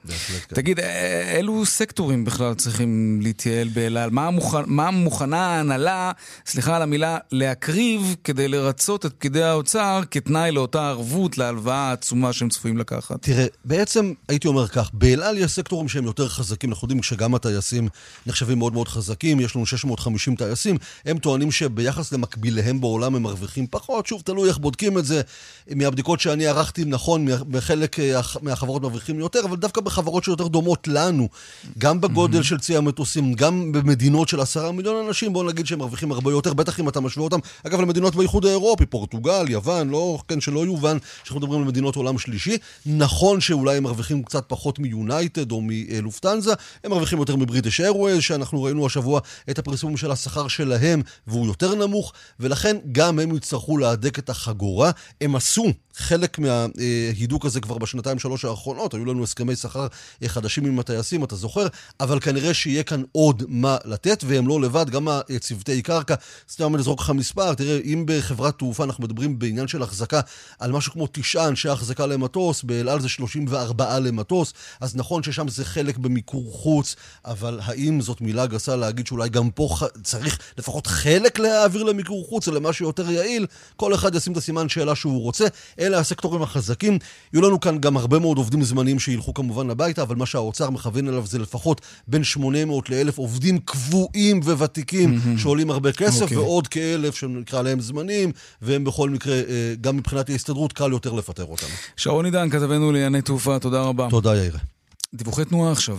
תגיד, אילו סקטורים בכלל צריכים להתייעל באל על? מה, מוכ... מה מוכנה ההנהלה, סליחה על המילה, להקריב כדי לרצות את פקידי האוצר כתנאי לאותה ערבות, להלוואה העצומה שהם צפויים לקחת? תראה, בעצם הייתי אומר כך, באל על יש סקטורים שהם יותר חזקים, אנחנו יודעים שגם הטייסים נחשבים מאוד מאוד חזקים, יש לנו שש מאות וחמישים טייסים, הם טוענים שביחס למקביליהם בעולם הם מרוויחים פחות, שוב, תלוי איך בודקים את זה, מהבדיקות שאני ערכתי נכון, בחלק מהחברות מרוויחים יותר, אבל דווקא חברות שיותר דומות לנו, גם בגודל mm-hmm. של צי המטוסים, גם במדינות של עשרה מיליון אנשים, בואו נגיד שהם מרוויחים הרבה יותר, בטח אם אתה משווה אותם, אגב, למדינות באיחוד האירופי, פורטוגל, יוון, לא, כן, שלא יובן, שאנחנו מדברים על מדינות עולם שלישי, נכון שאולי הם מרוויחים קצת פחות מיונייטד או מלופטנזה, הם מרוויחים יותר מבריטיש איירווייז, שאנחנו ראינו השבוע את הפרסום של השכר שלהם, והוא יותר נמוך, ולכן גם הם יצטרכו להדק את החגורה, הם עשו חלק מההידוק הזה כבר בשנתיים שלוש האחרונות, היו לנו הסכמי שכר חדשים עם הטייסים, אתה זוכר, אבל כנראה שיהיה כאן עוד מה לתת, והם לא לבד, גם הצוותי קרקע, סתם אני זרוק לך מספר, תראה, אם בחברת תעופה אנחנו מדברים בעניין של החזקה על משהו כמו תשעה אנשי החזקה למטוס, באל על זה שלושים וארבעה למטוס, אז נכון ששם זה חלק במיקור חוץ, אבל האם זאת מילה גסה להגיד שאולי גם פה צריך לפחות חלק להעביר למיקור חוץ, או למשהו יותר יעיל, כל אחד ישים את הסימן שאלה שהוא רוצה, אלה הסקטורים החזקים, יהיו לנו כאן גם הרבה מאוד עובדים זמניים שילכו כמובן הביתה, אבל מה שהאוצר מכוון אליו זה לפחות בין שמונה מאות לאלף עובדים קבועים וותיקים mm-hmm. שעולים הרבה כסף, okay. ועוד כאלף שנקרא להם זמנים, והם בכל מקרה, גם מבחינת ההסתדרות, קל יותר לפטר אותם. שרון עידן, כתבנו לענייני תעופה, תודה רבה. תודה יאיר. דיווחי תנועה עכשיו.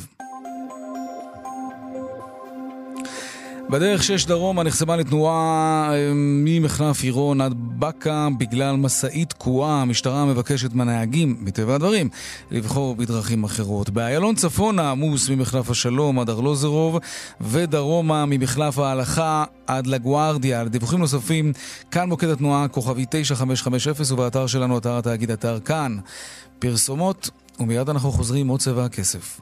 בדרך שש דרומה נחסמה לתנועה ממחלף עירון עד בקה בגלל מסעית תקועה. המשטרה מבקשת מהנהגים, מטבע הדברים, לבחור בדרכים אחרות. באיילון צפונה עמוס ממחלף השלום עד ארלוזרוב, ודרומה ממחלף ההלכה עד לגוארדיה. לדיווחים נוספים, כאן מוקד התנועה כוכבי תשע חמש חמש אפס, ובאתר שלנו, אתר התאגיד, אתר כאן. פרסומות, ומיד אנחנו חוזרים עוד צבע הכסף.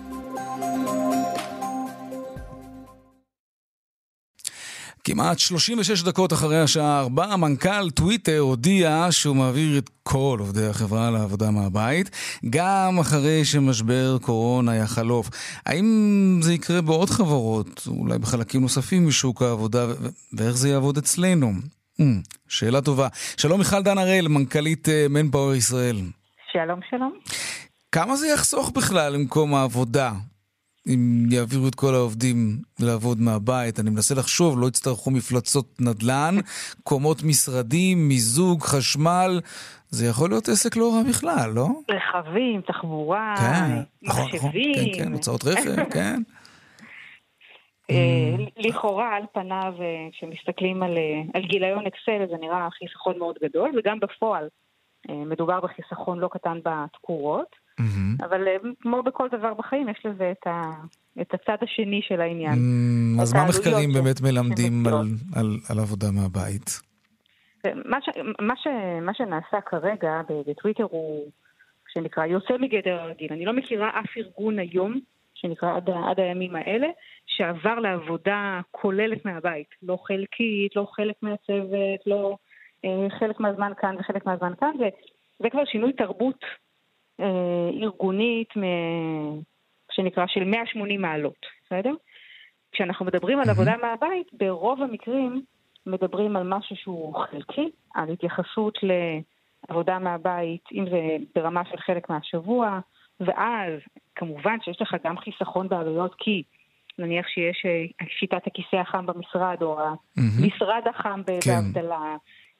כמעט שלושים ושש דקות אחרי השעה ארבע, מנכ"ל טוויטר הודיע שהוא מעביר את כל עובדי החברה לעבודה מהבית, גם אחרי שמשבר קורונה יחלוף. האם זה יקרה בעוד חברות, אולי בחלקים נוספים משוק העבודה, ואיך זה יעבוד אצלנו? שאלה טובה. שלום מיכל דן הראל, מנכ"לית מנפאוור ישראל. שלום, שלום. כמה זה יחסוך בכלל למקום העבודה? אם יעבירו את כל העובדים לעבוד מהבית, אני מנסה לחשוב, לא יצטרכו מפלצות נדל"ן, קומות משרדים, מיזוג, חשמל, זה יכול להיות עסק לא רע בכלל, לא? רכבים, תחבורה, כן, מחשבים. נכון, כן, כן, הוצאות רכב, כן. לכאורה על פניו, כשמסתכלים על, על גיליון אקסל, זה נראה חיסכון מאוד גדול, וגם בפועל מדובר בחיסכון לא קטן בתקורות. אבל כמו בכל דבר בחיים, יש לזה את, ה, את הצד השני של העניין. אז מה מחקרים באמת מלמדים על, על, על עבודה מהבית? מה, ש, מה, ש, מה שנעשה כרגע בטוויטר הוא שנקרא, יוצא מגדר הרגיל. אני לא מכירה אף ארגון היום, שנקרא עד, עד הימים האלה, שעבר לעבודה כוללת מהבית. לא חלקית, לא חלק מהצוות, לא אה, חלק מהזמן כאן וחלק מהזמן כאן. זה, זה כבר שינוי תרבות אה, ארגונית, מ, שנקרא של מאה ושמונים מעלות. בסדר? כשאנחנו מדברים על עבודה מהבית, ברוב המקרים מדברים על משהו שהוא חלקי, על התייחסות לעבודה מהבית, אם זה ברמה של חלק מהשבוע, ואז כמובן שיש לך גם חיסכון בעלויות, כי נניח שיש שיטת הכיסא החם במשרד, או המשרד החם בהבדלה,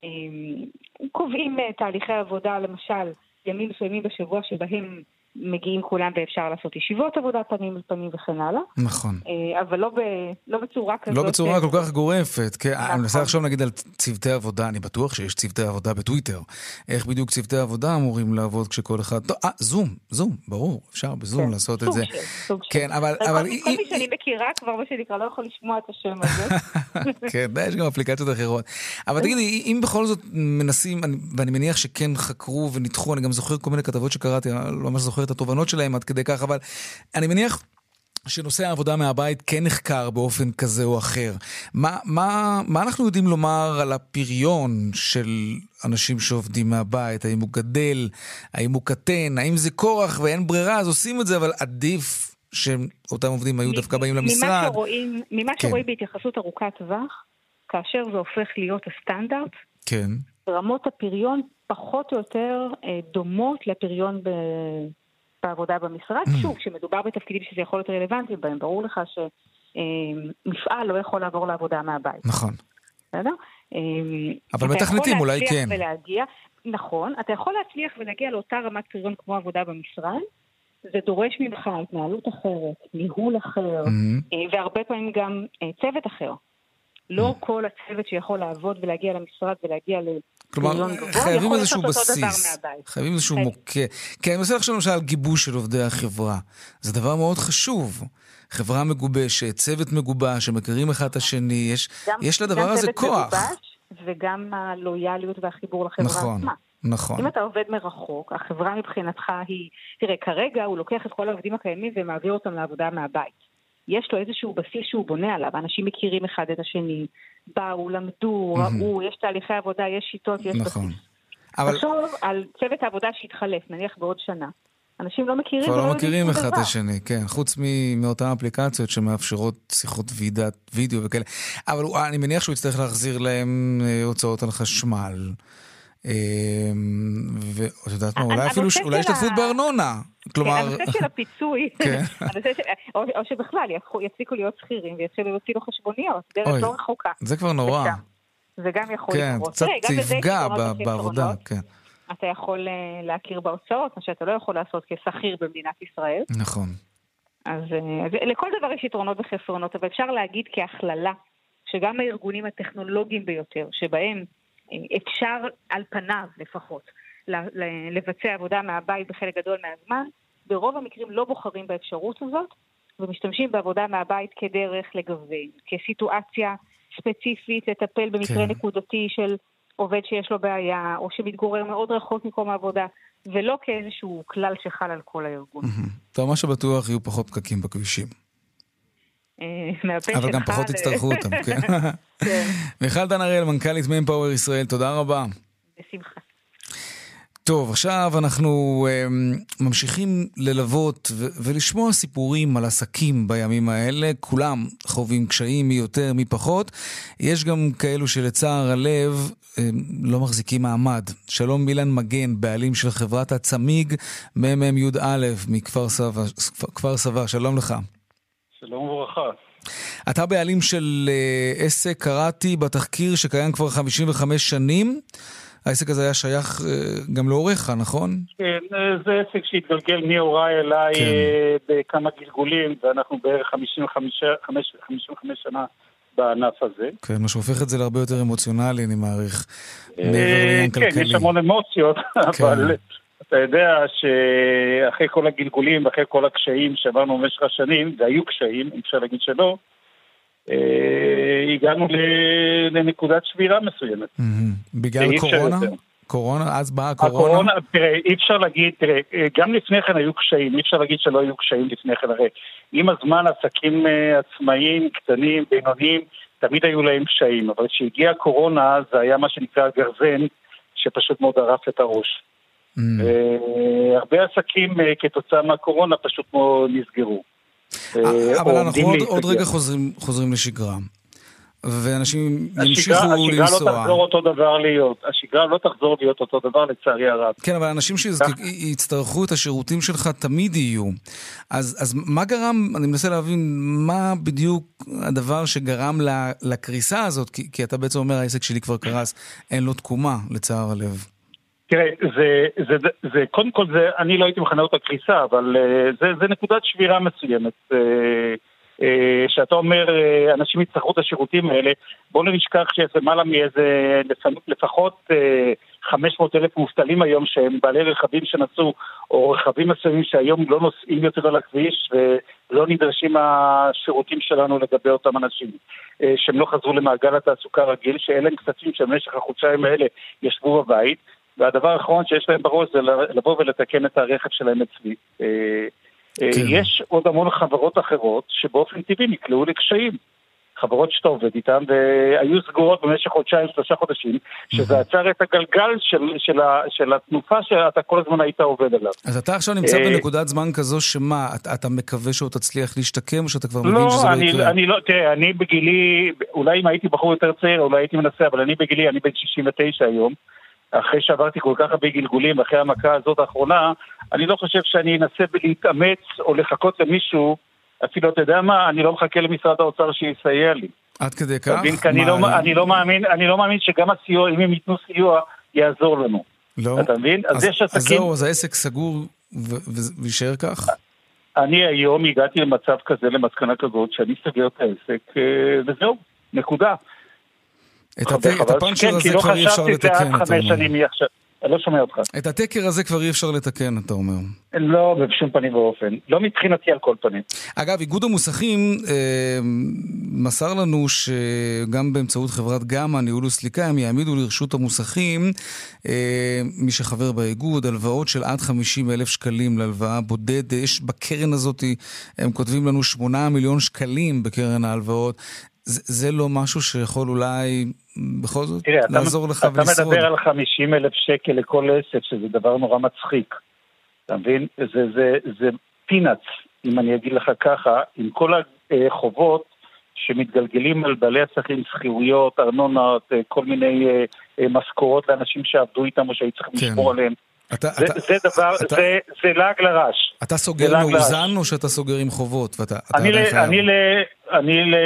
קובעים תהליכי עבודה, למשל, ימים מסוימים בשבוע שבהם מגיעים כולם ואפשר לעשות ישיבות עבודה פנים אל פנים וכן הלאה. נכון. אבל לא, ב, לא בצורה כזאת. לא בצורה כל כך גורפת. כן, נכון. אני מנסה עכשיו נגיד על צוותי עבודה, אני בטוח שיש צוותי עבודה בטוויטר. איך בדיוק צוותי עבודה אמורים לעבוד כשכל אחד... אה, זום, זום, ברור, אפשר בזום כן, לעשות את זה. של, סוג כן, של. אבל... אבל אבל כל, היא, כל מי שאני מכירה כבר מה שנקרא לא יכול לשמוע את השם הזה. כן, יש גם אפליקציות אחרות. אבל תגידי, אם בכל זאת מנסים, ואני מניח שכן חקרו וניתחו, אני גם זוכר כל מיני כתבות שקראתי, לא ממש זוכר את התובנות שלהם עד כדי כך, אבל אני מניח שנושא העבודה מהבית כן נחקר באופן כזה או אחר. מה, מה, מה אנחנו יודעים לומר על הפריון של אנשים שעובדים מהבית? האם הוא גדל? האם הוא קטן? האם זה כורח ואין ברירה? אז עושים את זה, אבל עדיף שאותם עובדים היו דווקא באים למשרד. ממה שרואים, ממה כן. שרואים בהתייחסות ארוכת טווח, כאשר זה הופך להיות הסטנדרט, כן. רמות הפריון פחות או יותר דומות לפריון ב... בעבודה במשרד. שוב, כשמדובר בתפקידים שזה יכול להיות רלוונטי בהם, ברור לך שמפעל לא יכול לעבור לעבודה מהבית. נכון. בסדר? אבל מתכנתים אולי כן. ולהגיע, נכון, אתה יכול להצליח ולהגיע לאותה רמת פריון כמו עבודה במשרד, זה דורש ממך התנהלות אחרת, ניהול אחר, והרבה פעמים גם צוות אחר. לא כל הצוות שיכול לעבוד ולהגיע למשרד ולהגיע ל... כלומר, חייבים איזשהו בסיס, חייבים איזשהו מוקע. כי אני מנסה לחשוב למשל על גיבוש של עובדי החברה. זה דבר מאוד חשוב. חברה מגובשת, צוות מגובש, שמכירים אחד את השני, יש לדבר הזה כוח. גם צוות מגובש וגם הלויאליות והחיבור לחברה עצמה. נכון, נכון. אם אתה עובד מרחוק, החברה מבחינתך היא... תראה, כרגע הוא לוקח את כל העובדים הקיימים ומעביר אותם לעבודה מהבית. יש לו איזשהו בסיס שהוא בונה עליו, אנשים מכירים אחד את השני, באו, למדו, ראו, יש תהליכי עבודה, יש שיטות, יש נכון. בסיס. אבל... עכשיו על צוות העבודה שהתחלף, נניח בעוד שנה. אנשים לא מכירים ולא לא מכירים אחד את השני, כן, חוץ מאותן אפליקציות שמאפשרות שיחות וידאו וכאלה. אבל אני מניח שהוא יצטרך להחזיר להם הוצאות על חשמל. ואת יודעת מה, אולי אפילו, אולי השתתפות בארנונה. כלומר... הנושא של הפיצוי, או שבכלל יפסיקו להיות שכירים ויתחילו להוציא לו חשבוניות, דרך לא רחוקה. זה כבר נורא. זה גם יכול לקרות. כן, קצת תפגע בעבודה, כן. אתה יכול להכיר בהוצאות, מה שאתה לא יכול לעשות כשכיר במדינת ישראל. נכון. אז לכל דבר יש יתרונות וחסרונות, אבל אפשר להגיד כהכללה, שגם הארגונים הטכנולוגיים ביותר, שבהם אפשר על פניו לפחות לבצע עבודה מהבית בחלק גדול מהזמן, ברוב המקרים לא בוחרים באפשרות הזאת, ומשתמשים בעבודה מהבית כדרך לגוון, כסיטואציה ספציפית לטפל במקרה כן. נקודתי של עובד שיש לו בעיה, או שמתגורר מאוד רחוק מקום העבודה, ולא כאיזשהו כלל שחל על כל הארגון. טוב, מה שבטוח יהיו פחות פקקים בכבישים. אבל גם פחות יצטרכו אותם, כן? מיכל דן אריאל, מנכ"לית מנפאוור ישראל, תודה רבה. בשמחה. טוב, עכשיו אנחנו um, ממשיכים ללוות ו- ולשמוע סיפורים על עסקים בימים האלה. כולם חווים קשיים מי יותר מי פחות. יש גם כאלו שלצער הלב um, לא מחזיקים מעמד. שלום מילן מגן, בעלים של חברת הצמיג מם אם י' א' מכפר סבא, כפר סבא. שלום לך. שלום וברכה. אתה בעלים של uh, עסק, קראתי בתחקיר שקיים כבר חמישים וחמש שנים. העסק הזה היה שייך uh, גם להוריך, נכון? כן, זה עסק שהתגלגל מהוריי אליי כן. uh, בכמה גלגולים, ואנחנו בערך חמישים וחמש שנה בענף הזה. כן, מה שהופך את זה להרבה יותר אמוציונלי, אני מעריך. Uh, כן, יש המון אמוציות, כן. אבל אתה יודע שאחרי כל הגלגולים, אחרי כל הקשיים שעברנו במשך השנים, והיו קשיים, אפשר להגיד שלא, הגענו לנקודת שבירה מסוימת. בגלל קורונה? קורונה, אז באה הקורונה? הקורונה, תראה, אי אפשר להגיד, תראה, גם לפני כן היו קשיים, אי אפשר להגיד שלא היו קשיים לפני כן, הרי עם הזמן עסקים עצמאיים, קטנים, בינוניים, תמיד היו להם קשיים, אבל כשהגיעה הקורונה זה היה מה שנקרא גרזן, שפשוט מאוד ערף את הראש. Mm. הרבה עסקים כתוצאה מהקורונה פשוט מאוד נסגרו. אבל אנחנו עוד, עוד רגע חוזרים, חוזרים לשגרה. ואנשים ימשיכו לנסוע. השגרה לא תחזור אותו דבר להיות. השגרה לא תחזור להיות אותו דבר לצערי הרב. כן, אבל אנשים שיצטרכו את השירותים שלך תמיד יהיו. אז, אז מה גרם, אני מנסה להבין, מה בדיוק הדבר שגרם לקריסה הזאת? כי, כי אתה בעצם אומר, העסק שלי כבר קרס, אין לו תקומה, לצער הלב. תראה, זה, זה, זה, זה, קודם כל זה, אני לא הייתי מכנה אותה קריסה, אבל זה, זה נקודת שבירה מסוימת. שאתה אומר, אנשים יצטרכו את השירותים האלה, בואו לא נשכח שיש למעלה מאיזה, לפחות חמש מאות אלף מובטלים היום, שהם בעלי רכבים שנסעו, או רכבים מסוימים שהיום לא נוסעים יותר על הכביש, ולא נדרשים השירותים שלנו לגבי אותם אנשים, שהם לא חזרו למעגל התעסוקה רגיל, שאלה הם כספים שבמשך החודשיים האלה ישבו בבית, והדבר האחרון שיש להם בראש זה לבוא ולתקן את הרכב שלהם אצלי. כן. יש עוד המון חברות אחרות שבאופן טבעי נקלעו לקשיים. חברות שאתה עובד איתן, והיו סגורות במשך חודשיים, שלושה חודשים, שזה עצר את הגלגל של, של, של התנופה שאתה כל הזמן היית עובד עליו. אז אתה עכשיו נמצא בנקודת זמן כזו שמה, אתה, אתה מקווה שהוא תצליח להשתקם, או שאתה כבר מבין שזה לא יקרה? לא, אני לא, תראה, אני בגילי, אולי אם הייתי בחור יותר צעיר, אולי הייתי מנסה, אבל אני בגילי, אני בן שישים ותשע היום, אחרי שעברתי כל כך הרבה גלגולים, אחרי המכה הזאת האחרונה, אני לא חושב שאני אנסה להתאמץ או לחכות למישהו, אפילו אתה יודע מה, אני לא מחכה למשרד האוצר שיסייע לי. עד כדי כך? אני לא, אני לא מאמין, אני לא מאמין שגם הסיוע, אם הם ייתנו סיוע, יעזור לנו. לא. אתה מבין? אז, אז יש עסקים... אז זהו, אז העסק סגור וישאר כך? אני היום הגעתי למצב כזה, למסקנה כזאת, שאני סגר את העסק, וזהו, נקודה. את הפנצ'ר הזה כבר אי אפשר לתקן, אתה אומר. אני לא שומע אותך. את התקר הזה כבר אי אפשר לתקן, אתה אומר. לא, בשום פנים ואופן. לא מבחינתי על כל פנים. אגב, איגוד המוסכים אה, מסר לנו שגם באמצעות חברת גמא, ניהול וסליקה, הם יעמידו לרשות המוסכים, אה, מי שחבר באיגוד, הלוואות של עד חמישים אלף שקלים להלוואה בודד. יש בקרן הזאת, הם כותבים לנו שמונה מיליון שקלים בקרן ההלוואות. זה, זה לא משהו שיכול אולי בכל זאת תראה, לעזור אתה, לך אתה ולשרוד. אתה מדבר על חמישים אלף שקל לכל עסק, שזה דבר נורא מצחיק. אתה מבין? זה, זה, זה פינאץ, אם אני אגיד לך ככה, עם כל החובות שמתגלגלים על בעלי עסקים, שכירויות, ארנונות, כל מיני משכורות לאנשים שעבדו איתם או שהיו צריכים כן. לשמור עליהם. אתה, זה, אתה, זה דבר, אתה, זה, זה לעג לרש. אתה סוגר מאוזן או שאתה סוגר עם חובות? ואתה, אני, ל, אני, ל, אני ל,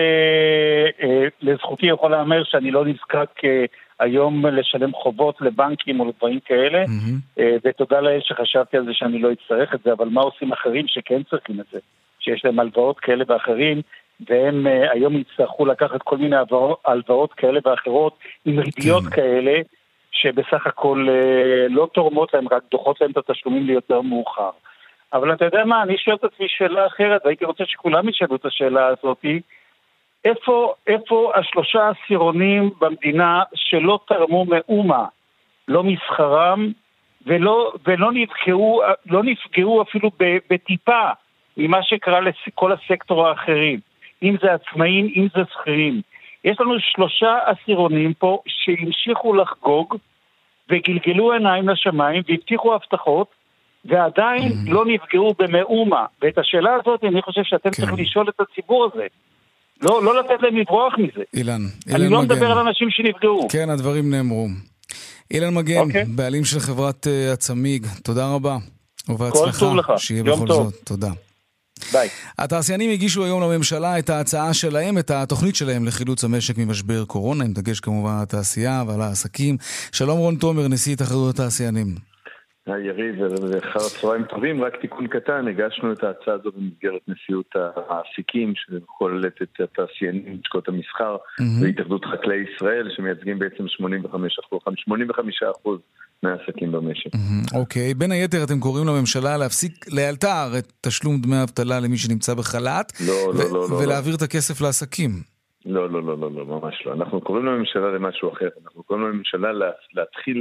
לזכותי יכול לאמר שאני לא נזקק היום לשלם חובות לבנקים או לדברים כאלה, mm-hmm. ותודה לאל שחשבתי על זה שאני לא אצטרך את זה, אבל מה עושים אחרים שכן צריכים את זה? שיש להם הלוואות כאלה ואחרים, והם היום יצטרכו לקחת כל מיני הלוואות כאלה ואחרות עם ריביות כן. כאלה, שבסך הכל לא תורמות להם, רק דוחות להם את התשלומים ליותר מאוחר. אבל אתה יודע מה, אני שואל את עצמי שאלה אחרת, והייתי רוצה שכולם ישאלו את השאלה הזאת, איפה, איפה השלושה עשירונים במדינה שלא תרמו מאומה, לא מסחרם, ולא, ולא נפגעו, לא נפגעו אפילו בטיפה ממה שקרה לכל הסקטור האחרים, אם זה עצמאים, אם זה שכירים. יש לנו שלושה עשירונים פה שהמשיכו לחגוג וגלגלו עיניים לשמיים והבטיחו הבטחות ועדיין mm-hmm. לא נפגעו במאומה. ואת השאלה הזאת אני חושב שאתם כן. צריכים לשאול את הציבור הזה. לא, לא לתת להם לברוח מזה. אילן, אילן אני לא מגן. מדבר על אנשים שנפגעו. כן, הדברים נאמרו. אילן מגן, okay. בעלים של חברת uh, הצמיג, תודה רבה. ובהצלחה, שיהיה בכל טוב. זאת. תודה. ביי. התעשיינים הגישו היום לממשלה את ההצעה שלהם, את התוכנית שלהם לחילוץ המשק ממשבר קורונה, עם דגש כמובן על התעשייה ועל העסקים. שלום רון תומר, נשיא התאחדות התעשיינים. יריב, ואחר הצהריים טובים, רק תיקון קטן, הגשנו את ההצעה הזו במסגרת נשיאות העסיקים, שכוללת את התעשיינים, לשכות המסחר, והתאחדות חקלאי ישראל, שמייצגים בעצם שמונים וחמישה אחוז מהעסקים במשק. אוקיי, בין היתר אתם קוראים לממשלה להפסיק לאלתר את תשלום דמי אבטלה למי שנמצא בחל"ת, ולהעביר את הכסף לעסקים. לא, לא, לא, לא, ממש לא. אנחנו קוראים לממשלה למשהו אחר. אנחנו קוראים לממשלה להתחיל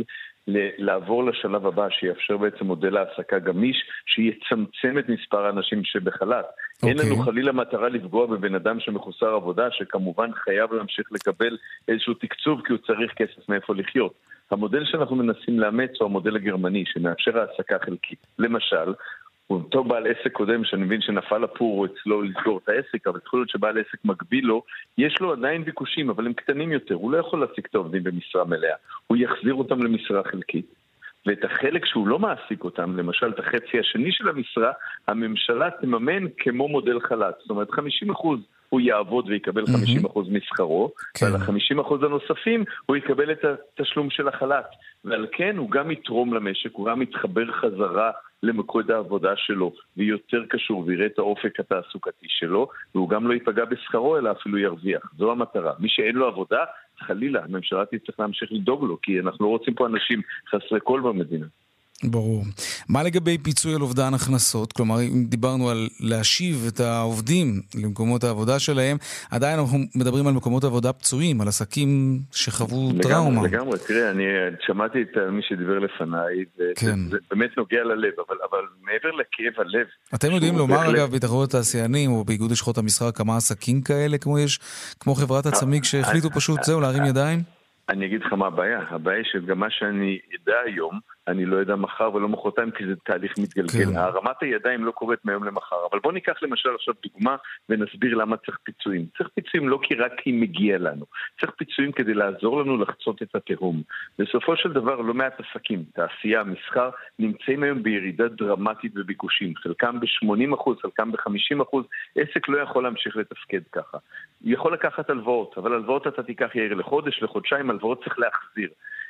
לעבור לשלב הבא, שיאפשר בעצם מודל העסקה גמיש, שיצמצם את מספר האנשים שבחל"ת. Okay. אין לנו חלילה מטרה לפגוע בבן אדם שמחוסר עבודה, שכמובן חייב להמשיך לקבל איזשהו תקצוב, כי הוא צריך כסף מאיפה לחיות. המודל שאנחנו מנסים לאמץ הוא המודל הגרמני, שמאפשר העסקה חלקית. למשל, הוא אותו בעל עסק קודם, שאני מבין שנפל לפור אצלו לסגור את העסק, אבל יכול להיות שבעל עסק מגביל לו, יש לו עדיין ביקושים, אבל הם קטנים יותר, הוא לא יכול להעסיק את העובדים במשרה מלאה, הוא יחזיר אותם למשרה חלקית, ואת החלק שהוא לא מעסיק אותם, למשל את החצי השני של המשרה, הממשלה תממן כמו מודל חל"ת, זאת אומרת חמישים אחוז הוא יעבוד ויקבל חמישים אחוז משכרו, כן. ועל ה-חמישים אחוז הנוספים הוא יקבל את התשלום של החל"ת, ועל כן הוא גם יתרום למשק, הוא גם יתחבר חזרה למקוד העבודה שלו, ויותר קשור ויראה את האופק התעסוקתי שלו, והוא גם לא ייפגע בשכרו, אלא אפילו ירוויח. זו המטרה. מי שאין לו עבודה, חלילה, הממשלה תצטרך להמשיך לדאוג לו, כי אנחנו לא רוצים פה אנשים חסרי קול במדינה. ברור. מה לגבי פיצוי על אובדן הכנסות? כלומר, אם דיברנו על להשיב את העובדים למקומות העבודה שלהם, עדיין אנחנו מדברים על מקומות עבודה פצועים, על עסקים שחוו לגמרי, טראומה. לגמרי, תראה, אני שמעתי את מי שדיבר לפניי, כן. זה באמת נוגע ללב, אבל, אבל מעבר לכאב הלב... אתם יודעים לומר, בהחלט... אגב, בהתאחדות התעשיינים או באיגוד לשכות המסחר, כמה עסקים כאלה, כמו יש, כמו חברת הצמיג, שהחליטו פשוט זהו, להרים ידיים? אני אגיד לך מה הבעיה. הבעיה היא שגם מה שאני אדע היום, אני לא יודע מחר ולא מחרתיים, כי זה תהליך מתגלגל. כן. הרמת הידיים לא קורית מהיום למחר. אבל בוא ניקח למשל עכשיו דוגמה ונסביר למה צריך פיצויים. צריך פיצויים לא כי רק כי מגיע לנו. צריך פיצויים כדי לעזור לנו לחצות את התהום. בסופו של דבר לא מעט עסקים, תעשייה, מסחר, נמצאים היום בירידה דרמטית בביקושים. חלקם ב-שמונים אחוז, חלקם ב-חמישים אחוז. עסק לא יכול להמשיך לתפקד ככה. הוא יכול לקחת הלוואות, אבל הלוואות אתה תיקח יאיר לחודש, לחודשיים, הלוואות צריך להחזיר.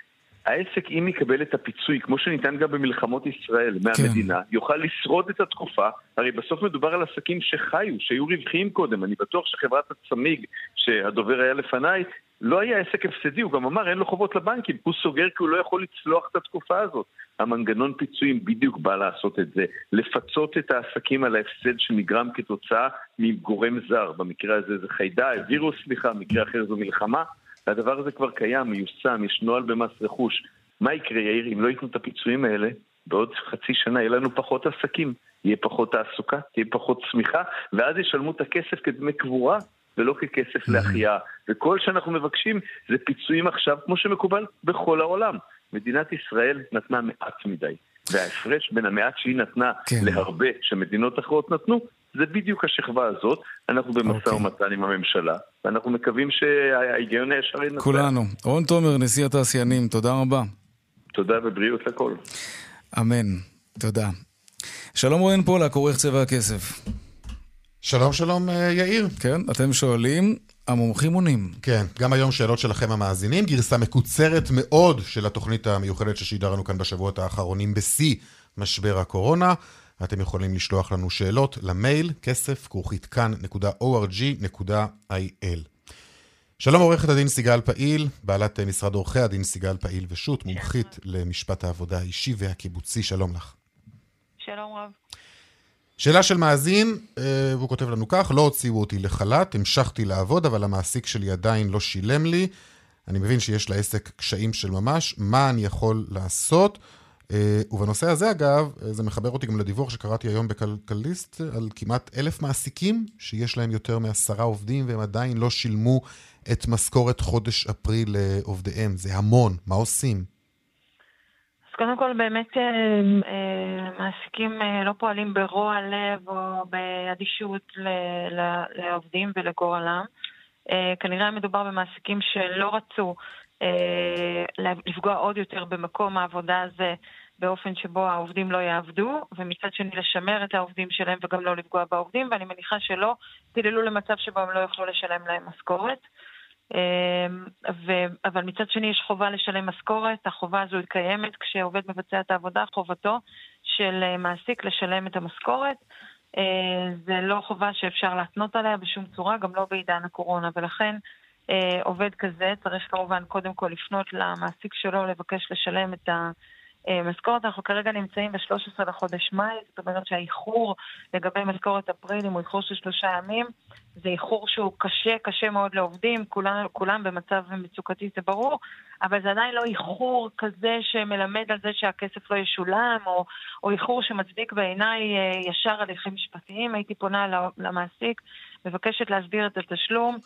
העסק, אם יקבל את הפיצוי, כמו שניתן גם במלחמות ישראל מהמדינה, כן. יוכל לשרוד את התקופה. הרי בסוף מדובר על עסקים שחיו, שהיו רווחיים קודם. אני בטוח שחברת הצמיג, שהדובר היה לפניי, לא היה עסק הפסדי, הוא גם אמר, אין לו חובות לבנקים, הוא סוגר כי הוא לא יכול לצלוח את התקופה הזאת. המנגנון פיצויים בדיוק בא לעשות את זה, לפצות את העסקים על ההפסד שנגרם כתוצאה מגורם זר. במקרה הזה זה חיידק, וירוס, סליחה, במקרה אחר זו מלחמה. והדבר הזה כבר קיים, מיושם, יש נוהל במס רכוש. מה יקרה, יאיר, אם לא ייתנו את הפיצויים האלה, בעוד חצי שנה יהיה לנו פחות עסקים, יהיה פחות תעסוקה, תהיה פחות צמיחה, ואז ישלמו את הכסף כדמי קבורה, ולא ככסף להחייאה. וכל שאנחנו מבקשים זה פיצויים עכשיו, כמו שמקובל בכל העולם. מדינת ישראל נתנה מעט מדי, וההפרש בין המעט שהיא נתנה כן. להרבה שמדינות אחרות נתנו, זה בדיוק השכבה הזאת. אנחנו במשא ומתן עם הממשלה, ואנחנו מקווים שההיגיון הישר ינצח. כולנו. רון תומר, נשיא התעשיינים, תודה רבה. תודה ובריאות לכל. אמן. תודה. שלום רוען פולק, עורך צבע הכסף. שלום שלום יאיר. כן, אתם שואלים, המומחים עונים. כן, גם היום שאלות שלכם המאזינים, גרסה מקוצרת מאוד של התוכנית המיוחדת ששידרנו כאן בשבועות האחרונים בשיא משבר הקורונה. אתם יכולים לשלוח לנו שאלות למייל כסף כרוכית כאן נקודה או אר ג'י נקודה איי אל. שלום עורכת הדין סיגל פעיל, בעלת משרד עורכי הדין סיגל פעיל ושות, מומחית למשפט העבודה האישי והקיבוצי. שלום לך. שלום רב. שאלה של מאזין, והוא כותב לנו כך: לא הוציאו אותי לחל"ת, המשכתי לעבוד, אבל המעסיק שלי עדיין לא שילם לי. אני מבין שיש לעסק קשיים של ממש, מה אני יכול לעשות? ובנושא הזה אגב, זה מחבר אותי גם לדיווח שקראתי היום בכלכליסט על כמעט אלף מעסיקים שיש להם יותר מעשרה עובדים והם עדיין לא שילמו את משכורת חודש אפריל לעובדיהם. זה המון, מה עושים? אז קודם כל באמת מעסיקים לא פועלים ברוע לב או באדישות לעובדים ולגורלם. כנראה מדובר במעסיקים שלא רצו לפגוע עוד יותר במקום העבודה הזה באופן שבו העובדים לא יעבדו, ומצד שני לשמר את העובדים שלהם וגם לא לפגוע בעובדים, ואני מניחה שלא תדלו למצב שבו הם לא יוכלו לשלם להם משכורת. ו... אבל מצד שני יש חובה לשלם משכורת, החובה הזו היא קיימת, כשעובד מבצע את העבודה, חובתו של מעסיק לשלם את המשכורת. זה לא חובה שאפשר להתנות עליה בשום צורה, גם לא בעידן הקורונה, ולכן עובד כזה צריך כמובן קודם כל לפנות למעסיק שלו, לבקש לשלם את משכורת, אנחנו כרגע נמצאים ב-שלושה עשר לחודש מאי, זאת אומרת שהאיחור לגבי משכורת אפריל, אם הוא איחור של שלושה ימים, זה איחור שהוא קשה, קשה מאוד לעובדים, כולם, כולם במצב מצוקתי, זה ברור, אבל זה עדיין לא איחור כזה שמלמד על זה שהכסף לא ישולם, או, או איחור שמצדיק בעיניי ישר הליכים משפטיים. הייתי פונה למעסיק, מבקשת להסדיר את התשלום,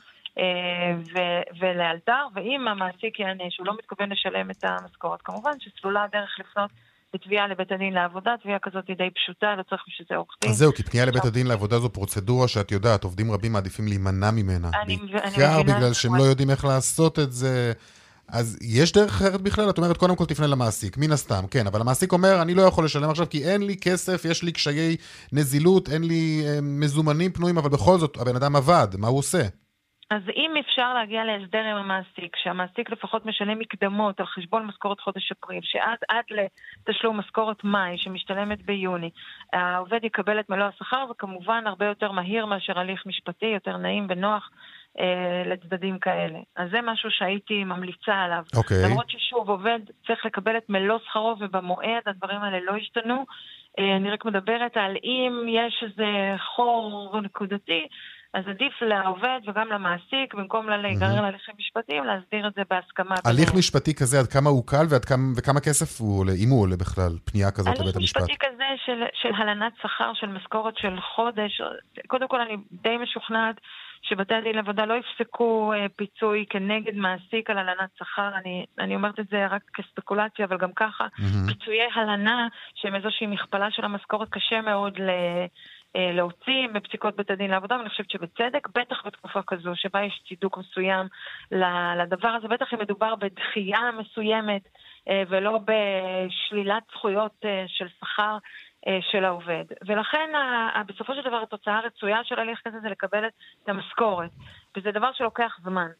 ו- ולאלתר, ואם המעסיק יענה שהוא לא מתכוון לשלם את המשכורת, כמובן שסלולה הדרך לפנות בתביעה לבית הדין לעבודה, תביעה כזאת היא די פשוטה, לא צריך שזה עורך דין. אז זהו, כי פנייה לבית הדין לעבודה זו פרוצדורה שאת יודעת, עובדים רבים מעדיפים להימנע ממנה. אני בעיקר בגלל שהם לא יודעים איך לעשות את זה. אז יש דרך אחרת בכלל? את אומרת, קודם כל תפנה למעסיק, מן הסתם, כן, אבל המעסיק אומר, אני לא יכול לשלם עכשיו, כי אין לי כסף, יש לי קשיי נזילות, אין לי אה, מזומנים פנויים, אבל בכל זאת, הבן אדם עבד, מה הוא עושה? אז אם אפשר להגיע להסדר עם המעסיק, שהמעסיק לפחות משלם מקדמות על חשבון משכורת חודש אפריל, שעד עד לתשלום משכורת מאי שמשתלמת ביוני, העובד יקבל את מלוא השכר, וכמובן הרבה יותר מהיר מאשר הליך משפטי, יותר נעים ונוח אה, לצדדים כאלה. אז זה משהו שהייתי ממליצה עליו. Okay. למרות ששוב עובד צריך לקבל את מלוא שכרו, ובמועד הדברים האלה לא השתנו. אה, אני רק מדברת על אם יש איזה חור נקודתי, אז עדיף לעובד וגם למעסיק, במקום להיגרר להליכים משפטיים, להסדיר את זה בהסכמה. הליך משפטי כזה, עד כמה הוא קל ועד כמה, וכמה כסף הוא עולה, אם הוא עולה בכלל, פנייה כזאת לבית המשפט? הליך משפטי כזה של, של הלנת שכר, של משכורת של חודש, קודם כל אני די משוכנעת שבתי הדין לעבודה לא יפסקו אה, פיצוי כנגד מעסיק על הלנת שכר, אני, אני אומרת את זה רק כספקולציה, אבל גם ככה, mm-hmm. פיצויי הלנה, שהם איזושהי מכפלה של המשכורת, קשה מאוד ל... להוציא בפסיקות בית הדין לעבודה, ואני חושבת שבצדק, בטח בתקופה כזו, שבה יש צידוק מסוים לדבר הזה, בטח אם מדובר בדחייה מסוימת, ולא בשלילת זכויות של שכר של העובד. ולכן, בסופו של דבר, התוצאה הרצויה של הליך כזה זה לקבל את המשכורת, וזה דבר שלוקח זמן.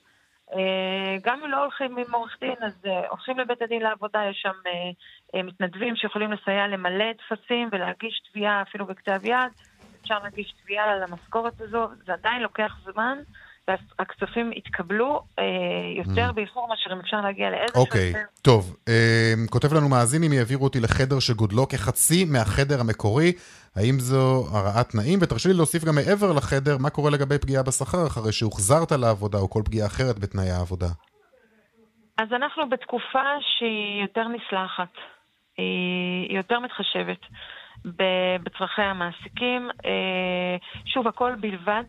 גם אם לא הולכים עם עורך דין, אז הולכים לבית הדין לעבודה, יש שם מתנדבים שיכולים לסייע למלא טפסים ולהגיש תביעה אפילו בכתב יד, אפשר להגיש תביעה על המשכורת הזו, זה עדיין לוקח זמן, והכספים יתקבלו אה, יותר mm. באיחור מאשר אם אפשר להגיע לאיזה אוקיי, okay, טוב. אה, כותב לנו מאזין אם יעבירו אותי לחדר שגודלו כחצי מהחדר המקורי, האם זו הרעת תנאים? ותרשי לי להוסיף גם מעבר לחדר, מה קורה לגבי פגיעה בשכר אחרי שהוחזרת לעבודה או כל פגיעה אחרת בתנאי העבודה? אז אנחנו בתקופה שהיא יותר נסלחת, היא יותר מתחשבת בצרכי המעסיקים. שוב, הכל בלבד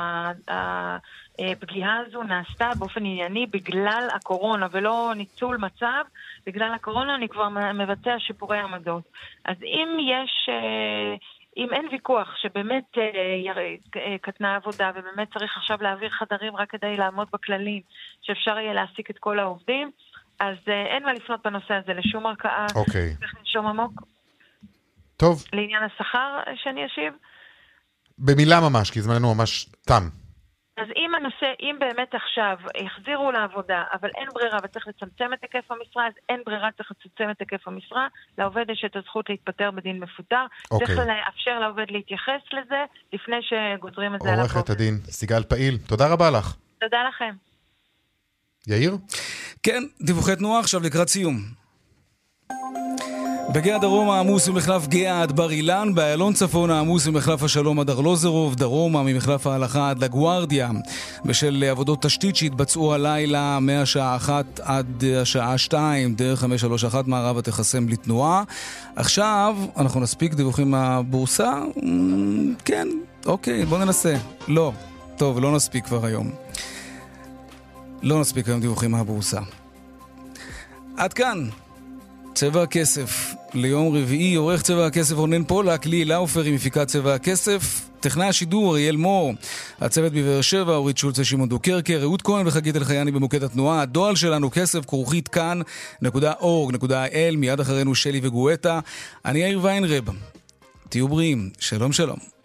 שהפגיעה הזו נעשתה באופן ענייני בגלל הקורונה, ולא ניצול מצב. בגלל הקורונה אני כבר מבצע שיפורי עמדות. אז אם יש... אם אין ויכוח שבאמת קטנה עבודה ובאמת צריך עכשיו להעביר חדרים רק כדי לעמוד בכללים שאפשר יהיה להעסיק את כל העובדים, אז אין מה לפנות בנושא הזה לשום ערכאה. אוקיי. צריך לשום עמוק. טוב. לעניין השכר שאני אשיב? במילה ממש, כי זמננו ממש תם. אז אם הנושא, אם באמת עכשיו יחזירו לעבודה, אבל אין ברירה וצריך לצמצם את היקף המשרה, אז אין ברירה, צריך לצמצם את היקף המשרה, לעובד יש את הזכות להתפטר בדין מפוטר, אוקיי. צריך לאפשר לעובד להתייחס לזה, לפני שגוזרים את זה על עורכת הדין סיגל פעיל, תודה רבה לך. תודה לכם. יאיר? כן, דיווחי תנועה עכשיו לקראת סיום. בגאה הדרום העמוס ממחלף גאה עד בר אילן, באיילון צפון העמוס ממחלף השלום עד ארלוזרוב, דרומה ממחלף ההלכה עד לגוארדיה, בשל עבודות תשתית שהתבצעו הלילה מהשעה אחת עד השעה שתיים, דרך חמש שלוש אחת מערבה תחסם לתנועה. עכשיו אנחנו נספיק דיווחים מהבורסה? כן, אוקיי, בוא ננסה. לא, טוב, לא נספיק כבר היום. לא נספיק היום דיווחים מהבורסה. עד כאן צבע הכסף ליום רביעי, עורך צבע הכסף רונן פולק, לי לאופר עם מפיקת צבע הכסף, טכנאי השידור אריאל מור, הצוות בבאר שבע אורית שולץ ושמעון דוקרקר, אהוד כהן וחגית אלחייני במוקד התנועה. הדואל שלנו כסף כרוכית כאן נקודה אורג נקודה איי אל, מיד אחרינו שלי וגואטה. אני יאיר ויינרב, תהיו בריאים, שלום שלום.